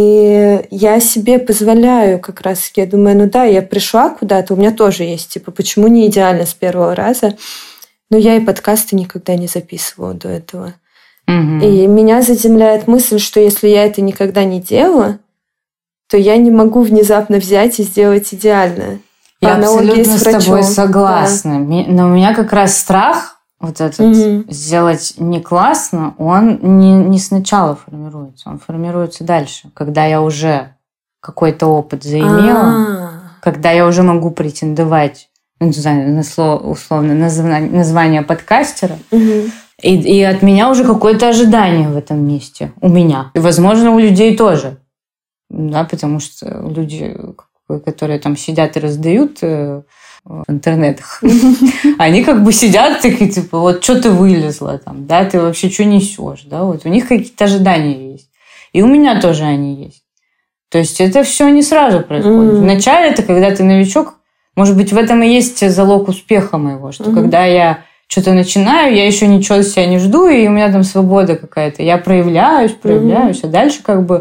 И я себе позволяю как раз, я думаю, ну да, я пришла куда-то, у меня тоже есть, типа, почему не идеально с первого раза? Но я и подкасты никогда не записывала до этого. Угу. И меня заземляет мысль, что если я это никогда не делала, то я не могу внезапно взять и сделать идеально. Я абсолютно с, с тобой согласна. Да. Но у меня как раз страх вот этот угу. сделать не классно, он не, не сначала формируется, он формируется дальше, когда я уже какой-то опыт заимела, А-а-а. когда я уже могу претендовать, не знаю, на слово, условно, название, название подкастера, угу. и, и от меня уже какое-то ожидание в этом месте. У меня. И, возможно, у людей тоже. Да, потому что люди, которые там сидят и раздают в интернетах, они как бы сидят такие, типа, вот что ты вылезла там, да, ты вообще что несешь, да, вот у них какие-то ожидания есть. И у меня тоже они есть. То есть это все не сразу происходит. Вначале это когда ты новичок. Может быть, в этом и есть залог успеха моего, что mm-hmm. когда я что-то начинаю, я еще ничего из себя не жду, и у меня там свобода какая-то. Я проявляюсь, проявляюсь, mm-hmm. а дальше как бы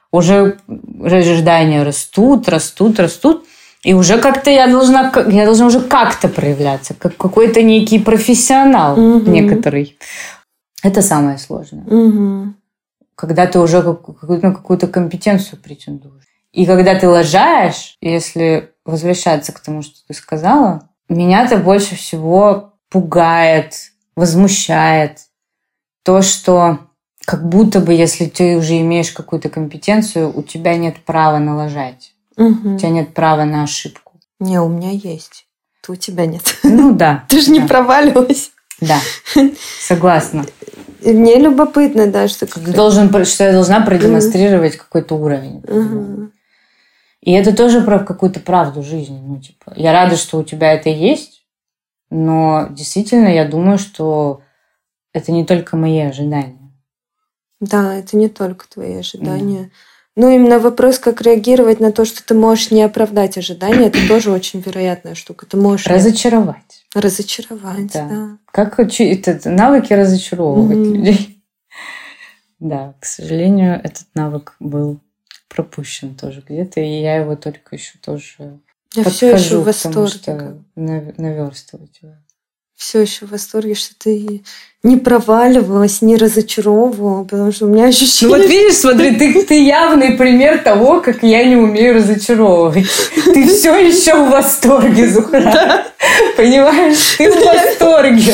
уже ожидания растут, растут, растут. И уже как-то я должна, я должна уже как-то проявляться, как какой-то некий профессионал угу. некоторый. Это самое сложное. Угу. Когда ты уже какую-то, какую-то компетенцию претендуешь. И когда ты лажаешь, если возвращаться к тому, что ты сказала, меня-то больше всего пугает, возмущает то, что как будто бы, если ты уже имеешь какую-то компетенцию, у тебя нет права налажать. Угу. У тебя нет права на ошибку. Не, у меня есть. То у тебя нет. Ну да. Ты же да. не проваливалась. Да, согласна. И мне любопытно, да, что... Ты должен, что я должна продемонстрировать mm. какой-то уровень. Mm-hmm. И это тоже про какую-то правду жизни. Ну, типа, я рада, что у тебя это есть, но действительно я думаю, что это не только мои ожидания. Да, это не только твои ожидания. Mm. Ну, именно вопрос, как реагировать на то, что ты можешь не оправдать ожидания, это тоже очень вероятная штука. Ты можешь... Разочаровать. Разочаровать, да. да. Как учить это навыки разочаровывать mm-hmm. людей. Да, к сожалению, этот навык был пропущен тоже где-то, и я его только еще тоже я подхожу все еще в восторге, потому что наверстывать его. Все еще в восторге, что ты не проваливалась, не разочаровывала, потому что у меня ощущение... Ну вот видишь, смотри, ты, ты явный пример того, как я не умею разочаровывать. Ты все еще в восторге, Зухра. Да. Понимаешь? Ты в восторге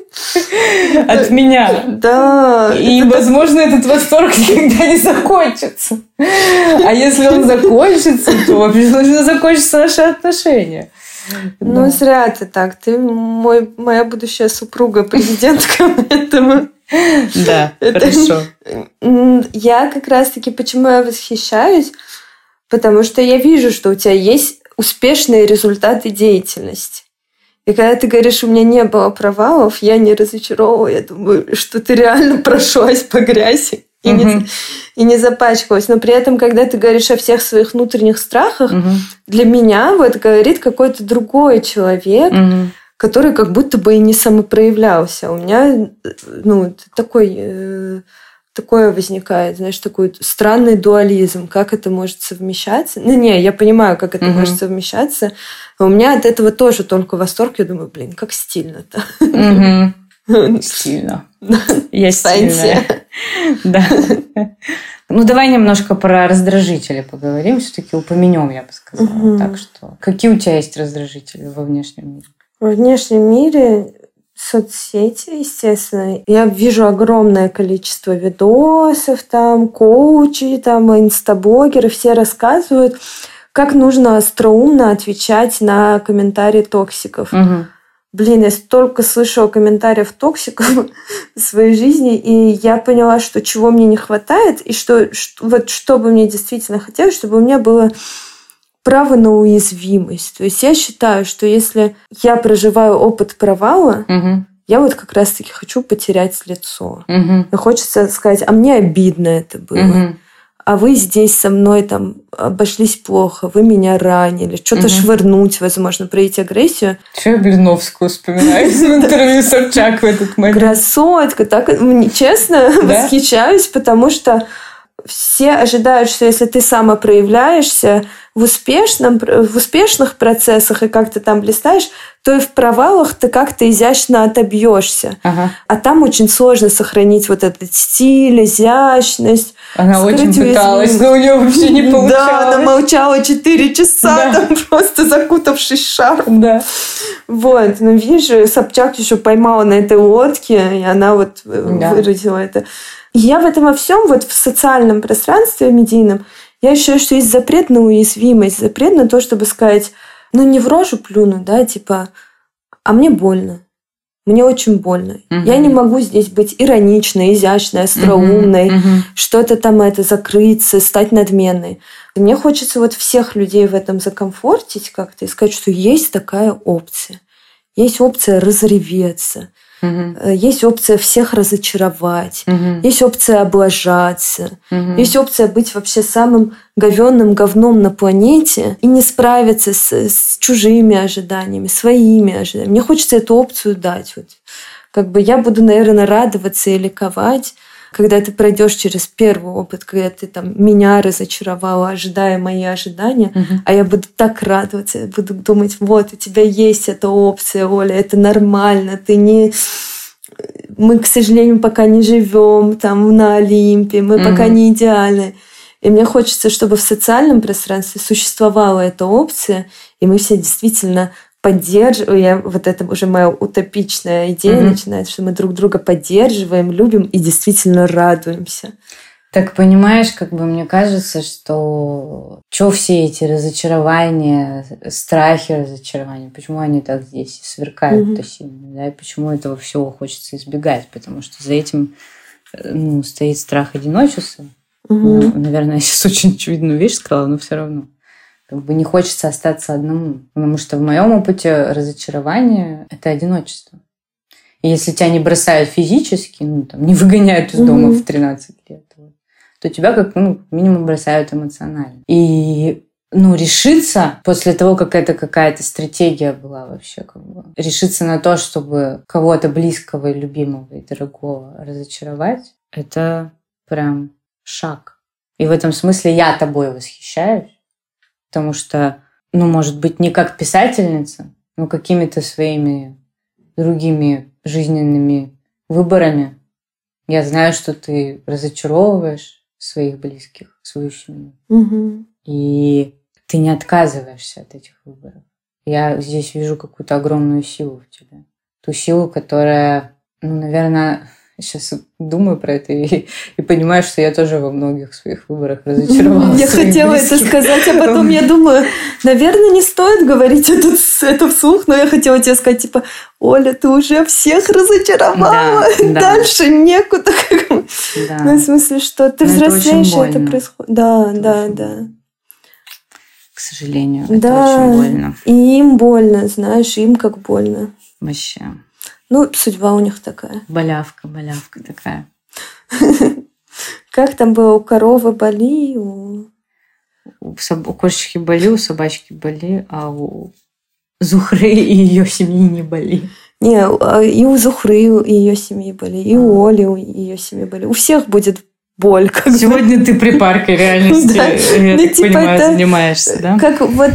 от меня. Да. И, возможно, этот восторг никогда не закончится. А если он закончится, то вообще должны закончиться наши отношения. Ну, да. Зря ты так. Ты мой, моя будущая супруга, президентка, поэтому... Да, хорошо. Я как раз-таки, почему я восхищаюсь, потому что я вижу, что у тебя есть успешные результаты деятельности. И когда ты говоришь, у меня не было провалов, я не разочаровываю, я думаю, что ты реально прошлась по грязи. И, угу. не, и не запачкалась. Но при этом, когда ты говоришь о всех своих внутренних страхах, угу. для меня вот говорит какой-то другой человек, угу. который как будто бы и не самопроявлялся. У меня ну, такой, э, такое возникает, знаешь, такой странный дуализм. Как это может совмещаться? Ну, не, я понимаю, как это угу. может совмещаться. А у меня от этого тоже только восторг. Я думаю, блин, как стильно-то. Угу. Стильно. Я стильная. Да. Ну, давай немножко про раздражители поговорим. Все-таки упомянем, я бы сказала. Угу. Так что, какие у тебя есть раздражители во внешнем мире? Во внешнем мире соцсети, естественно. Я вижу огромное количество видосов, там, коучи, там, инстаблогеры. Все рассказывают, как нужно остроумно отвечать на комментарии токсиков. Угу. Блин, я столько слышала комментариев токсиков в своей жизни, и я поняла, что чего мне не хватает, и что, что вот что бы мне действительно хотелось, чтобы у меня было право на уязвимость. То есть я считаю, что если я проживаю опыт провала, угу. я вот как раз-таки хочу потерять лицо. Угу. И хочется сказать, а мне обидно это было. Угу. А вы здесь со мной там обошлись плохо, вы меня ранили, что-то угу. швырнуть, возможно, проявить агрессию. Что я Блиновскую вспоминаю из интервью Собчак в этот момент? Красотка, так, честно, да? Восхищаюсь, потому что все ожидают, что если ты самопроявляешься в, успешном, в успешных процессах и как-то там блистаешь, то и в провалах ты как-то изящно отобьешься. Ага. А там очень сложно сохранить вот этот стиль, изящность. Она очень пыталась, но у нее вообще не получалось. Да, она молчала четыре часа, да. там просто закутавшись в шарф. Да. Вот, ну видишь, Собчак еще поймала на этой лодке, и она вот да. выразила это. И я в этом во всем, вот в социальном пространстве медийном, я считаю, что есть запрет на уязвимость, запрет на то, чтобы сказать, ну не в рожу плюну, да, типа, а мне больно. Мне очень больно. Uh-huh. Я не могу здесь быть ироничной, изящной, остроумной, uh-huh. Uh-huh. что-то там это закрыться, стать надменной. И мне хочется вот всех людей в этом закомфортить как-то и сказать, что есть такая опция. Есть опция разреветься. Uh-huh. Есть опция всех разочаровать. Uh-huh. Есть опция облажаться. Uh-huh. Есть опция быть вообще самым говенным говном на планете и не справиться с, с чужими ожиданиями, своими ожиданиями. Мне хочется эту опцию дать. Вот. Как бы я буду, наверное, радоваться и ликовать когда ты пройдешь через первый опыт, когда ты там меня разочаровала, ожидая мои ожидания, Мгм. а я буду так радоваться, я буду думать, вот, у тебя есть эта опция, Оля, это нормально, ты не... Мы, к сожалению, пока не живем там на Олимпе, мы Мгм. пока не идеальны. И мне хочется, чтобы в социальном пространстве существовала эта опция, и мы все действительно поддерживаем. Я, вот это уже моя утопичная идея Мгм. начинает, что мы друг друга поддерживаем, любим и действительно радуемся. Так понимаешь, как бы мне кажется, что что все эти разочарования, страхи разочарования, почему они так здесь сверкают-то Мгм. сильно, да, и почему этого всего хочется избегать, потому что за этим э, ну, стоит страх одиночества. Ну, Мгм. наверное, я сейчас очень очевидную вещь сказала, но все равно. Как бы не хочется остаться одному. Потому что в моем опыте разочарование – это одиночество. И если тебя не бросают физически, ну, там, не выгоняют из дома Мгм. в тринадцать лет, вот, то тебя как ну, минимум бросают эмоционально. И ну, решиться после того, как это какая-то стратегия была вообще, как бы, решиться на то, чтобы кого-то близкого, и любимого и дорогого разочаровать, это прям шаг. И в этом смысле я тобой восхищаюсь, потому что, ну, может быть, не как писательница, но какими-то своими другими жизненными выборами. Я знаю, что ты разочаровываешь своих близких, свою семью. Мгм. И ты не отказываешься от этих выборов. Я здесь вижу какую-то огромную силу в тебе. Ту силу, которая, ну, наверное, сейчас думаю про это и, и понимаю, что я тоже во многих своих выборах разочаровалась. Я своих хотела это близких. сказать, а потом я думаю, наверное, не стоит говорить это, это вслух, но я хотела тебе сказать, типа, Оля, ты уже всех разочаровала, Да, да. дальше некуда. Да. Ну, в смысле, что ты Но это взрослеешь, очень и это больно. происходит. Да, Это да, очень да. больно. К сожалению, Да, это очень больно. и им больно, знаешь, им как больно. Вообще. Ну, судьба у них такая. Болявка, болявка такая. Как там было у коровы боли, у... У, соб... у кошечки боли, у собачки боли, а у Зухры и ее семьи не боли. Не, а и у Зухры и ее семьи были, и у Оли у ее семьи были. У всех будет боль. Как бы. Сегодня ты припаркой реальности, Да. я Ну, так типа понимаю, это занимаешься, да? Как вот,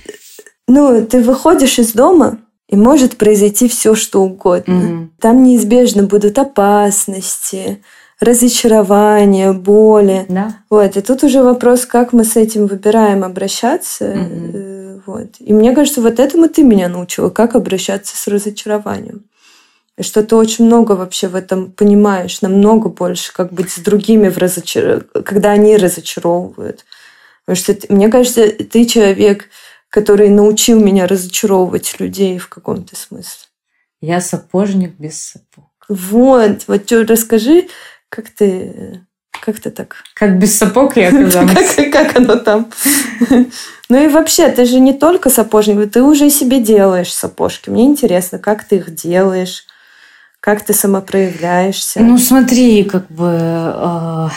ну, ты выходишь из дома, и может произойти все, что угодно. Мгм. Там неизбежно будут опасности, разочарования, боли. Да. Вот. И тут уже вопрос, как мы с этим выбираем обращаться. Мгм. Э, Вот. И мне кажется, вот этому ты меня научила, как обращаться с разочарованием. И что ты очень много вообще в этом понимаешь, намного больше, как быть с другими, в разочар... когда они разочаровывают. Потому что, ты- мне кажется, ты человек, который научил меня разочаровывать людей в каком-то смысле. Я сапожник без сапог. Вот, вот что, расскажи, как ты, как ты так? Как без сапог я оказалась. Как, как оно там? Ну и вообще, ты же не только сапожник, ты уже себе делаешь сапожки. Мне интересно, как ты их делаешь, как ты самопроявляешься. Ну смотри, как бы э,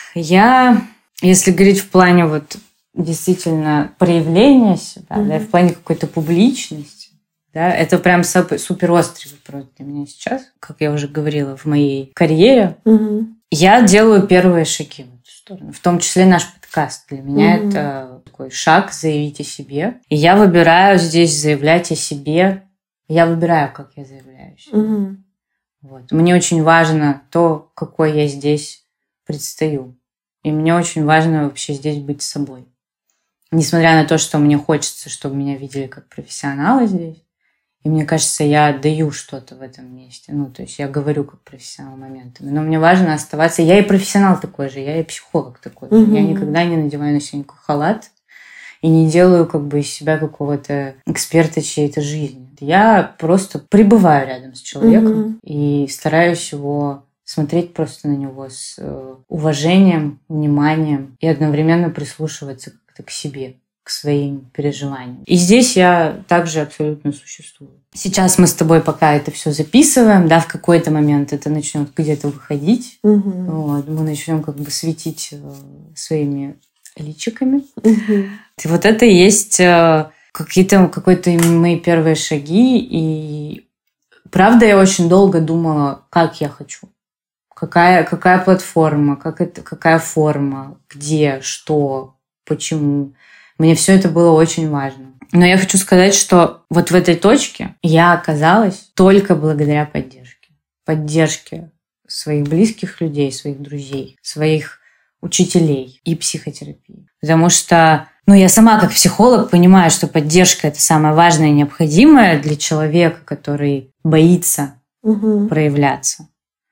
я, если говорить в плане вот действительно проявления себя, Мгм. да, в плане какой-то публичности, да, это прям суп- суперострый вопрос для меня сейчас, как я уже говорила, в моей карьере. Мгм. Я делаю первые шаги в эту сторону, в том числе наш подкаст. Для меня Мгм. это такой шаг заявить о себе. И я выбираю здесь заявлять о себе. Я выбираю, как я заявляю о себе. Мгм. Вот. Мне очень важно то, какой я здесь предстаю. И мне очень важно вообще здесь быть собой. Несмотря на то, что мне хочется, чтобы меня видели как профессионала здесь. И мне кажется, я даю что-то в этом месте. Ну, то есть я говорю как профессионал моментами. Но мне важно оставаться... Я и профессионал такой же, я и психолог такой же. Мгм. Я никогда не надеваю на себя никакой халат и не делаю как бы из себя какого-то эксперта чьей-то жизни. Я просто пребываю рядом с человеком Мгм. и стараюсь его смотреть просто на него с э, уважением, вниманием и одновременно прислушиваться как-то к себе, к своим переживаниям. И здесь я также абсолютно существую. Сейчас мы с тобой пока это все записываем, да, в какой-то момент это начнет где-то выходить. Мгм. Вот, мы начнем как бы светить э, своими личиками. Мгм. И вот это и есть э, какие-то какие-то мои первые шаги. И правда, я очень долго думала, как я хочу. Какая, какая платформа, как это, какая форма, где, что, почему. Мне все это было очень важно. Но я хочу сказать, что вот в этой точке я оказалась только благодаря поддержке. Поддержке своих близких людей, своих друзей, своих учителей и психотерапии. Потому что, ну, я сама как психолог понимаю, что поддержка – это самое важное и необходимое для человека, который боится угу. проявляться,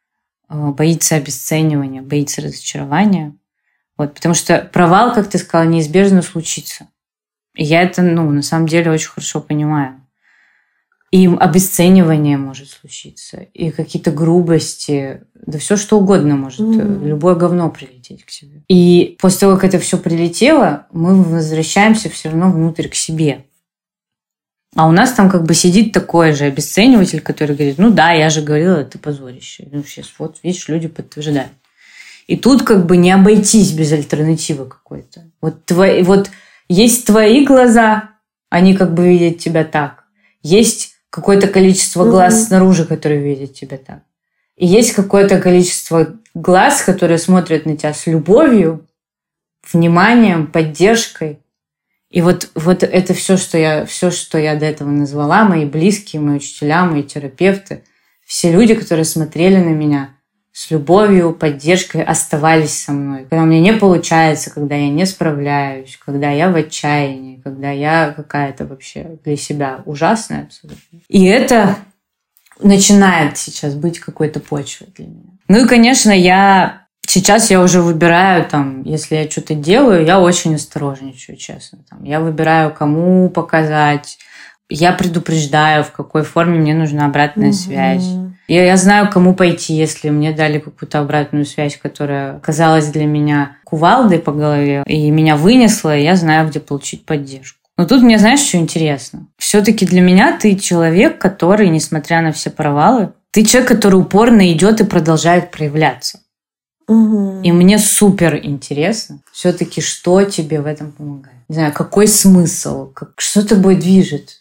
боится обесценивания, боится разочарования. Вот, потому что провал, как ты сказала, неизбежно случится. И я это, ну, на самом деле очень хорошо понимаю. И обесценивание может случиться, и какие-то грубости, да все что угодно может, mm. любое говно прилететь к тебе. И после того, как это все прилетело, мы возвращаемся все равно внутрь к себе. А у нас там как бы сидит такой же обесцениватель, который говорит, ну да, я же говорила, это позорище. Ну сейчас вот, видишь, люди подтверждают. И тут как бы не обойтись без альтернативы какой-то. Вот, твои, вот есть твои глаза, они как бы видят тебя так. Есть какое-то количество глаз mm-hmm. снаружи, которые видят тебя так. И есть какое-то количество глаз, которые смотрят на тебя с любовью, вниманием, поддержкой. И вот, вот это все, что я, все, что я до этого назвала, мои близкие, мои учителя, мои терапевты, все люди, которые смотрели на меня с любовью, поддержкой, оставались со мной. Когда у меня не получается, когда я не справляюсь, когда я в отчаянии, когда я какая-то вообще для себя ужасная абсолютно. И это начинает сейчас быть какой-то почвой для меня. Ну и, конечно, я сейчас я уже выбираю, там, если я что-то делаю, я очень осторожничаю, честно. Там, я выбираю, кому показать. Я предупреждаю, в какой форме мне нужна обратная угу. связь. Я, я знаю, кому пойти, если мне дали какую-то обратную связь, которая казалась для меня кувалдой по голове, и меня вынесла, и я знаю, где получить поддержку. Но тут мне, знаешь, что интересно? Все-таки для меня ты человек, который, несмотря на все провалы, ты человек, который упорно идет и продолжает проявляться. Угу. И мне супер интересно все-таки, что тебе в этом помогает. Не знаю, какой смысл, как, что тобой движет.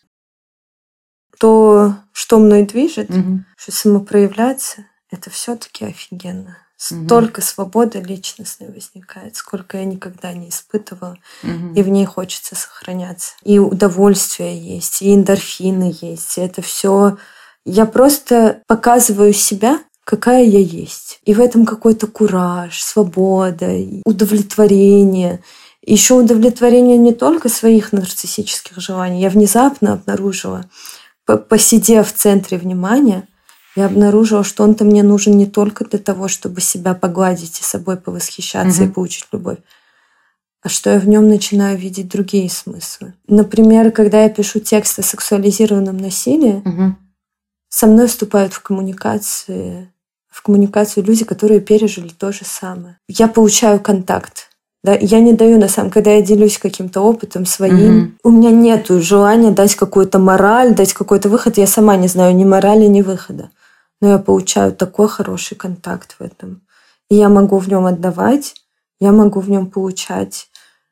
То, что мной движет, угу. что самопроявляться, это все-таки офигенно. Столько угу. свободы личностной возникает, сколько я никогда не испытывала, угу. и в ней хочется сохраняться. И удовольствие есть, и эндорфины есть. И это все. Я просто показываю себя, какая я есть. И в этом какой-то кураж, свобода, удовлетворение. Еще удовлетворение не только своих нарциссических желаний. Я внезапно обнаружила, посидев в центре внимания, я обнаружила, что он-то мне нужен не только для того, чтобы себя погладить и собой повосхищаться mm-hmm. и получить любовь, а что я в нем начинаю видеть другие смыслы. Например, когда я пишу текст о сексуализированном насилии, mm-hmm. со мной вступают в коммуникации, в коммуникацию люди, которые пережили то же самое. Я получаю контакт. Да, я не даю, на самом деле, когда я делюсь каким-то опытом своим, mm-hmm. у меня нет желания дать какую-то мораль, дать какой-то выход. Я сама не знаю ни морали, ни выхода. Но я получаю такой хороший контакт в этом. И я могу в нем отдавать, я могу в нем получать.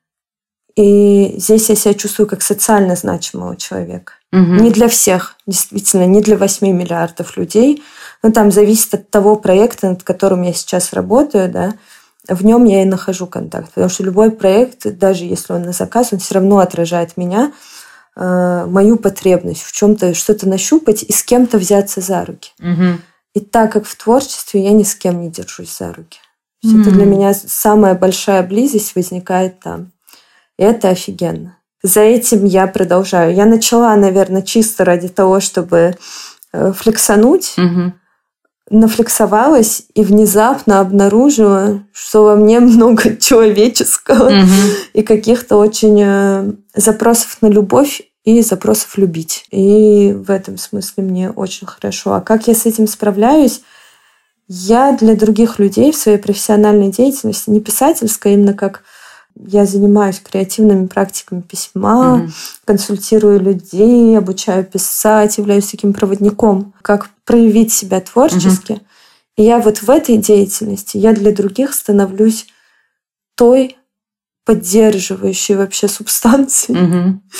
И здесь я себя чувствую как социально значимого человека. Mm-hmm. Не для всех, действительно, не для восьми миллиардов людей. Но там зависит от того проекта, над которым я сейчас работаю, да. В нем я и нахожу контакт. Потому что любой проект, даже если он на заказ, он все равно отражает меня, э, мою потребность в чем-то, что-то нащупать и с кем-то взяться за руки. Угу. И так как в творчестве я ни с кем не держусь за руки. Mm-hmm. Это для меня самая большая близость возникает там. И это офигенно. За этим я продолжаю. Я начала, наверное, чисто ради того, чтобы э, флексануть. Mm-hmm. Нафлексовалась и внезапно обнаружила, что во мне много человеческого mm-hmm. и каких-то очень э, запросов на любовь и запросов любить. И в этом смысле мне очень хорошо. А как я с этим справляюсь? Я для других людей в своей профессиональной деятельности, не писательской, именно как я занимаюсь креативными практиками письма, mm-hmm. консультирую людей, обучаю писать, являюсь таким проводником, как проявить себя творчески. Mm-hmm. И я вот в этой деятельности, я для других становлюсь той поддерживающей вообще субстанцией,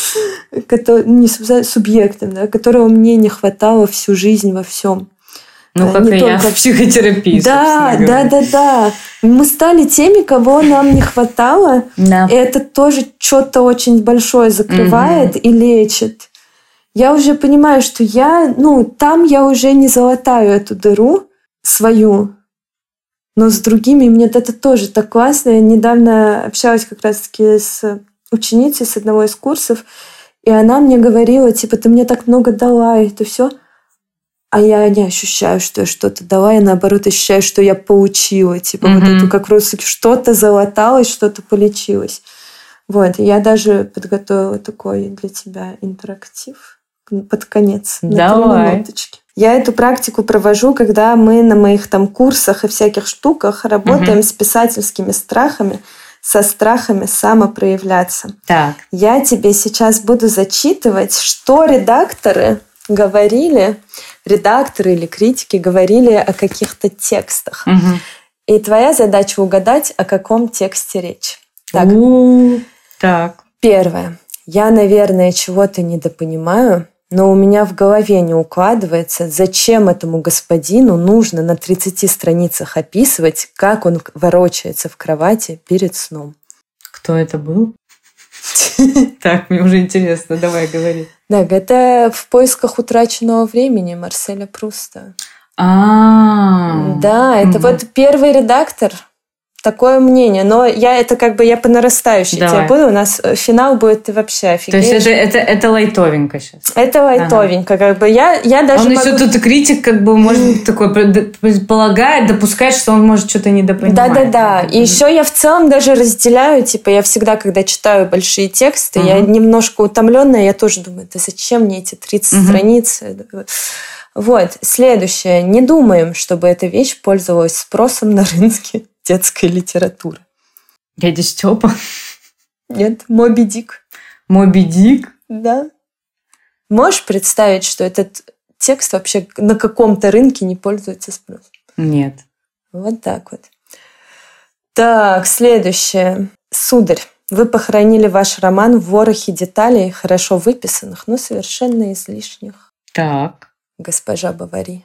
mm-hmm. который, не субъектом, да, которого мне не хватало всю жизнь во всем. Ну, как не и только... я в психотерапии, Да, да, да, да. Мы стали теми, кого нам не хватало. Да. И это тоже что-то очень большое закрывает угу. и лечит. Я уже понимаю, что я, ну, там я уже не залатаю эту дыру свою, но с другими мне это тоже так классно. Я недавно общалась как раз-таки с ученицей с одного из курсов, и она мне говорила, типа, ты мне так много дала, и это все. А я не ощущаю, что я что-то дала, я наоборот ощущаю, что я получила. Типа, mm-hmm. вот это как раз что-то залаталось, что-то полечилось. Вот, я даже подготовила такой для тебя интерактив под конец. Давай. На ноточки. Я эту практику провожу, когда мы на моих там курсах и всяких штуках работаем mm-hmm. с писательскими страхами, со страхами самопроявляться. Так. Я тебе сейчас буду зачитывать, что редакторы говорили, редакторы или критики говорили о каких-то текстах. Угу. И твоя задача угадать, о каком тексте речь. Так. У-у-у. Так. Первое. Я, наверное, чего-то недопонимаю, но у меня в голове не укладывается, зачем этому господину нужно на тридцати страницах описывать, как он ворочается в кровати перед сном. Кто это был? Так, мне уже интересно, давай говори. Так, это «В поисках утраченного времени» Марселя Пруста. А, да, это вот первый редактор, такое мнение. Но я это как бы я по нарастающей тебе буду. У нас финал будет, ты вообще офигеешь. То есть это, это, это лайтовенько сейчас? Это лайтовенько. Ага. Как бы я, я даже он могу... еще тут критик как бы может такой предполагает, допускает, что он может что-то недопонимать. Да-да-да. И еще я в целом даже разделяю, типа я всегда, когда читаю большие тексты, uh-huh. я немножко утомленная, я тоже думаю, да зачем мне эти тридцать uh-huh. страниц? Вот. Следующее. Не думаем, чтобы эта вещь пользовалась спросом на рынке детской литературы. Дядя Степа? Нет, Моби Дик. Моби Дик? Да. Можешь представить, что этот текст вообще на каком-то рынке не пользуется спросом? Нет. Вот так вот. Так, следующее. Сударь, вы похоронили ваш роман в ворохе деталей, хорошо выписанных, но совершенно излишних. Так. Госпожа Бовари.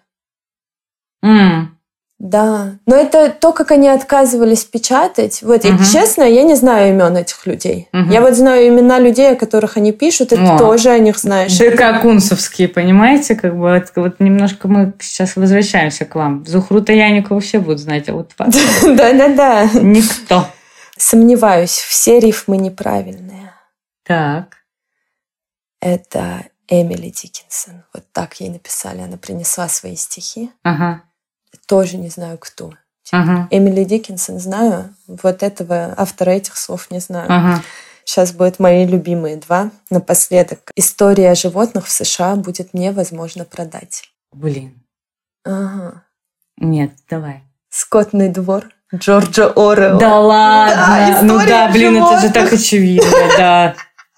Mm. Да, но это то, как они отказывались печатать. Вот, uh-huh. и честно, я не знаю имен этих людей. Uh-huh. Я вот знаю имена людей, о которых они пишут, и ты тоже о них знаешь. ДК Кунцевские, понимаете? Как бы вот, вот немножко мы сейчас возвращаемся к вам. Зухру Таяникову все будут знать, а вот вас. Да-да-да. Никто. Сомневаюсь, все рифмы неправильные. Так. Это Эмили Диккенсон. Вот так ей написали. Она принесла свои стихи. Ага. Тоже не знаю, кто. Ага. Эмили Диккенсон знаю, вот этого автора этих слов не знаю. Ага. Сейчас будут мои любимые два. Напоследок. История о животных в США будет невозможно продать. Блин. Ага. Нет, давай. Скотный двор Джорджа Оруэлла. Да ладно? Да, ну да, блин, животных. Это же так очевидно, да.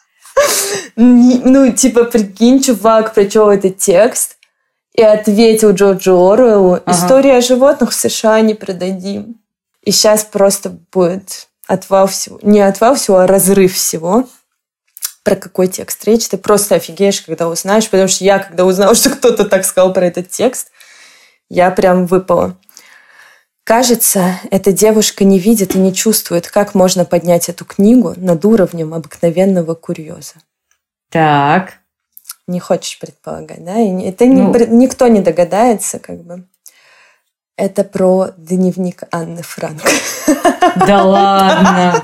Ну, типа, прикинь, чувак прочел этот текст и ответил Джорджу Оруэллу: ага. История о животных в США не продадим. И сейчас просто будет отвал всего. Не отвал всего, а разрыв всего. Про какой текст речь? Ты просто офигеешь, когда узнаешь. Потому что я, когда узнала, что кто-то так сказал про этот текст, я прям выпала. Кажется, эта девушка не видит и не чувствует, как можно поднять эту книгу над уровнем обыкновенного курьеза. Так. Не хочешь предполагать, да? Это ну, не, никто не догадается, как бы. Это про дневник Анны Франк. Да ладно?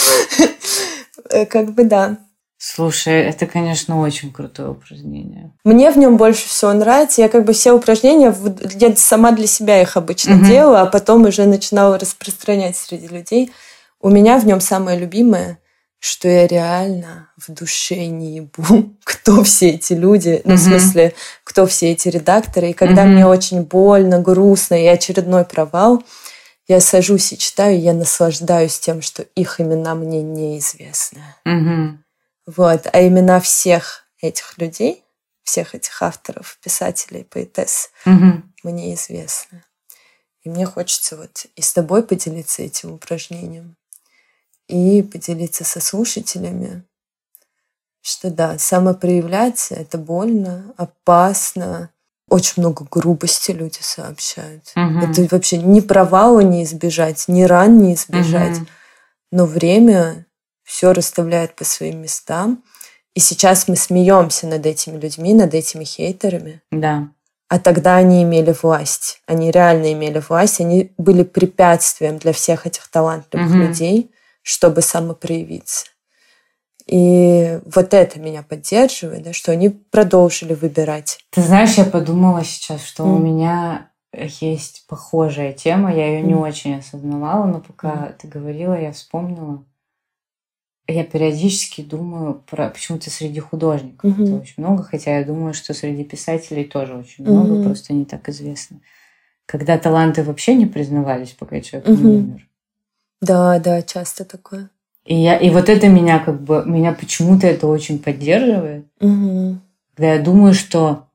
Как бы да. Слушай, это, конечно, очень крутое упражнение. Мне в нем больше всего нравится. Я как бы все упражнения, я сама для себя их обычно угу. делала, а потом уже начинала распространять среди людей. У меня в нем самое любимое, что я реально в душе не ебу, кто все эти люди, ну, mm-hmm. в смысле, кто все эти редакторы. И когда mm-hmm. мне очень больно, грустно и очередной провал, я сажусь и читаю, и я наслаждаюсь тем, что их имена мне неизвестны. Mm-hmm. Вот. А имена всех этих людей, всех этих авторов, писателей, поэтесс, mm-hmm. мне известны. И мне хочется вот и с тобой поделиться этим упражнением. И поделиться со слушателями, что да, самопроявляться — это больно, опасно, очень много грубости люди сообщают. Угу. Это вообще ни провала не избежать, ни ран не избежать. Угу. Но время все расставляет по своим местам. И сейчас мы смеемся над этими людьми, над этими хейтерами. Да. А тогда они имели власть. Они реально имели власть. Они были препятствием для всех этих талантливых угу. людей, чтобы самопроявиться. И вот это меня поддерживает, да, что они продолжили выбирать. Ты знаешь, я подумала сейчас, что mm. у меня есть похожая тема. Я ее mm. не очень осознавала, но пока mm. ты говорила, я вспомнила. Я периодически думаю про почему-то среди художников mm-hmm. это очень много, хотя я думаю, что среди писателей тоже очень много, mm-hmm. просто не так известно. Когда таланты вообще не признавались, пока человек mm-hmm. не умер. Да, да, часто такое. И, я, и вот это меня как бы, меня почему-то это очень поддерживает. Угу. Когда я думаю, что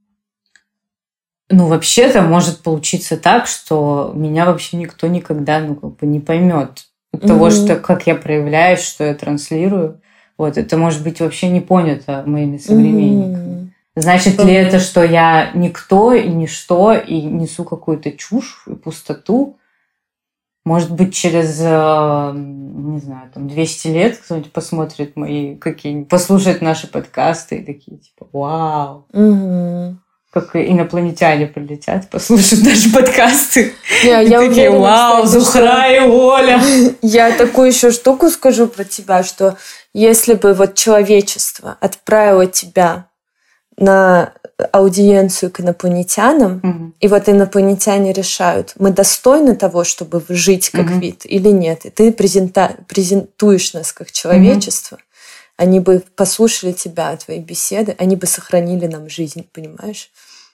ну, вообще-то может получиться так, что меня вообще никто никогда ну, как бы не поймет угу. того, что, как я проявляюсь, что я транслирую. Вот, это может быть вообще не понято моими современниками. Угу. Значит ли это, что я никто и ничто, и несу какую-то чушь и пустоту? Может быть, через, не знаю, там двести лет кто-нибудь посмотрит мои какие-нибудь, послушает наши подкасты и такие, типа, вау. Угу. Как инопланетяне прилетят, послушают наши подкасты. Я, и я такие, уверена, вау, кстати, Зухра и Оля. Я такую еще штуку скажу про тебя, что если бы вот человечество отправило тебя на аудиенцию к инопланетянам, угу. и вот инопланетяне решают, мы достойны того, чтобы жить как угу. вид или нет, и ты презента... презентуешь нас как человечество, угу. они бы послушали тебя, твои беседы, они бы сохранили нам жизнь, понимаешь?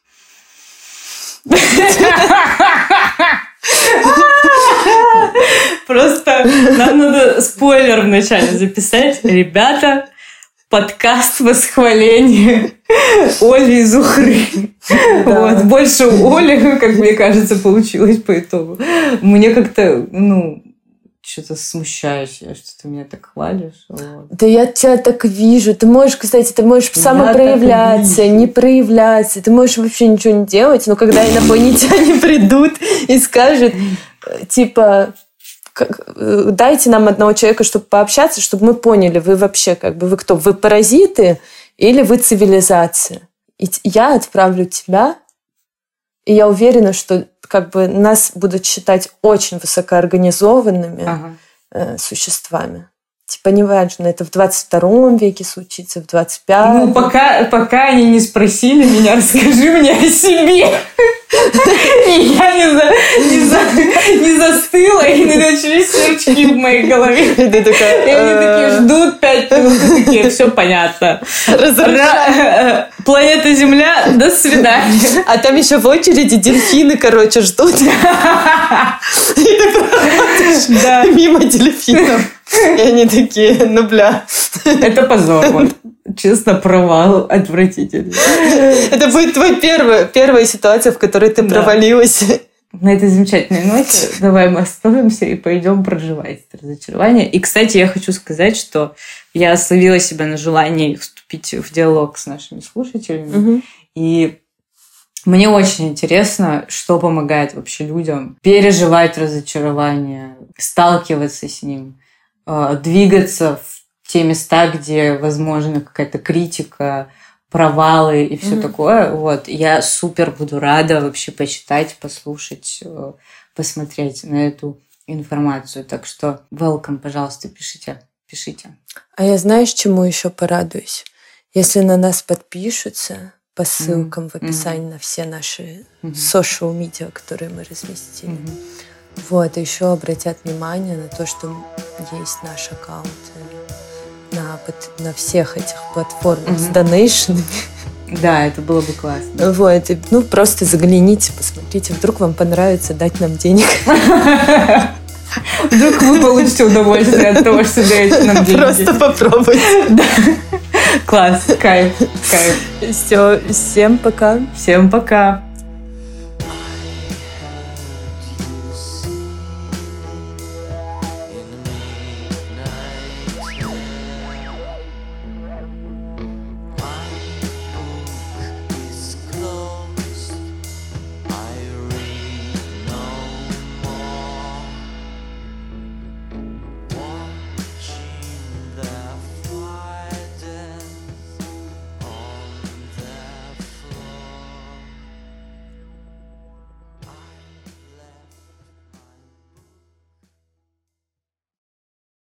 Просто нам надо спойлер вначале записать. Ребята, подкаст восхваления Оли и Зухры. Да. Вот. Больше Оли, как мне кажется, получилось по итогу. Мне как-то, ну, что-то смущаюсь, что ты меня так хвалишь. Вот. Да я тебя так вижу. Ты можешь, кстати, ты можешь я самопроявляться, не проявляться. Ты можешь вообще ничего не делать, но когда инопланетяне придут и скажут, типа... дайте нам одного человека, чтобы пообщаться, чтобы мы поняли, вы вообще как бы, вы кто? Вы паразиты или вы цивилизация? И я отправлю тебя, и я уверена, что как бы нас будут считать очень высокоорганизованными ага. э, существами. Типа неважно, это в двадцать втором веке случится, в двадцать пятом. Ну, пока, пока они не спросили меня, расскажи мне о себе. И я не, за, не, за, не застыла, и не начались сверчки в моей голове. И, ты такая, и они такие ждут пять минут, и такие, все понятно. Ра- планета Земля, до свидания. А там еще в очереди дельфины, короче, ждут. И ты проходишь мимо дельфинов. И они такие, ну бля. Это позор, вот. Честно, провал отвратительный. Это будет твоя первая, первая ситуация, в которой ты да. провалилась. На этой замечательной ноте давай мы остановимся и пойдем проживать это разочарование. И, кстати, я хочу сказать, что я словила себя на желании вступить в диалог с нашими слушателями. Угу. И мне очень интересно, что помогает вообще людям переживать разочарование, сталкиваться с ним, двигаться в те места, где возможна какая-то критика, провалы и все mm-hmm. такое. Вот. Я супер буду рада вообще почитать, послушать, посмотреть на эту информацию. Так что welcome, пожалуйста, пишите. Пишите. А я знаешь, чему еще порадуюсь? Если на нас подпишутся по ссылкам mm-hmm. в описании mm-hmm. на все наши mm-hmm. social media, которые мы разместили. Mm-hmm. Вот, и еще обратят внимание на то, что есть наш аккаунт на, на всех этих платформах mm-hmm. с донейшенами. Да, это было бы классно. Вот, и, ну, просто загляните, посмотрите, вдруг вам понравится дать нам денег. Вдруг вы получите удовольствие от того, что даете нам деньги. Просто попробуйте. Да. Класс, кайф, кайф. Все, всем пока. Всем пока.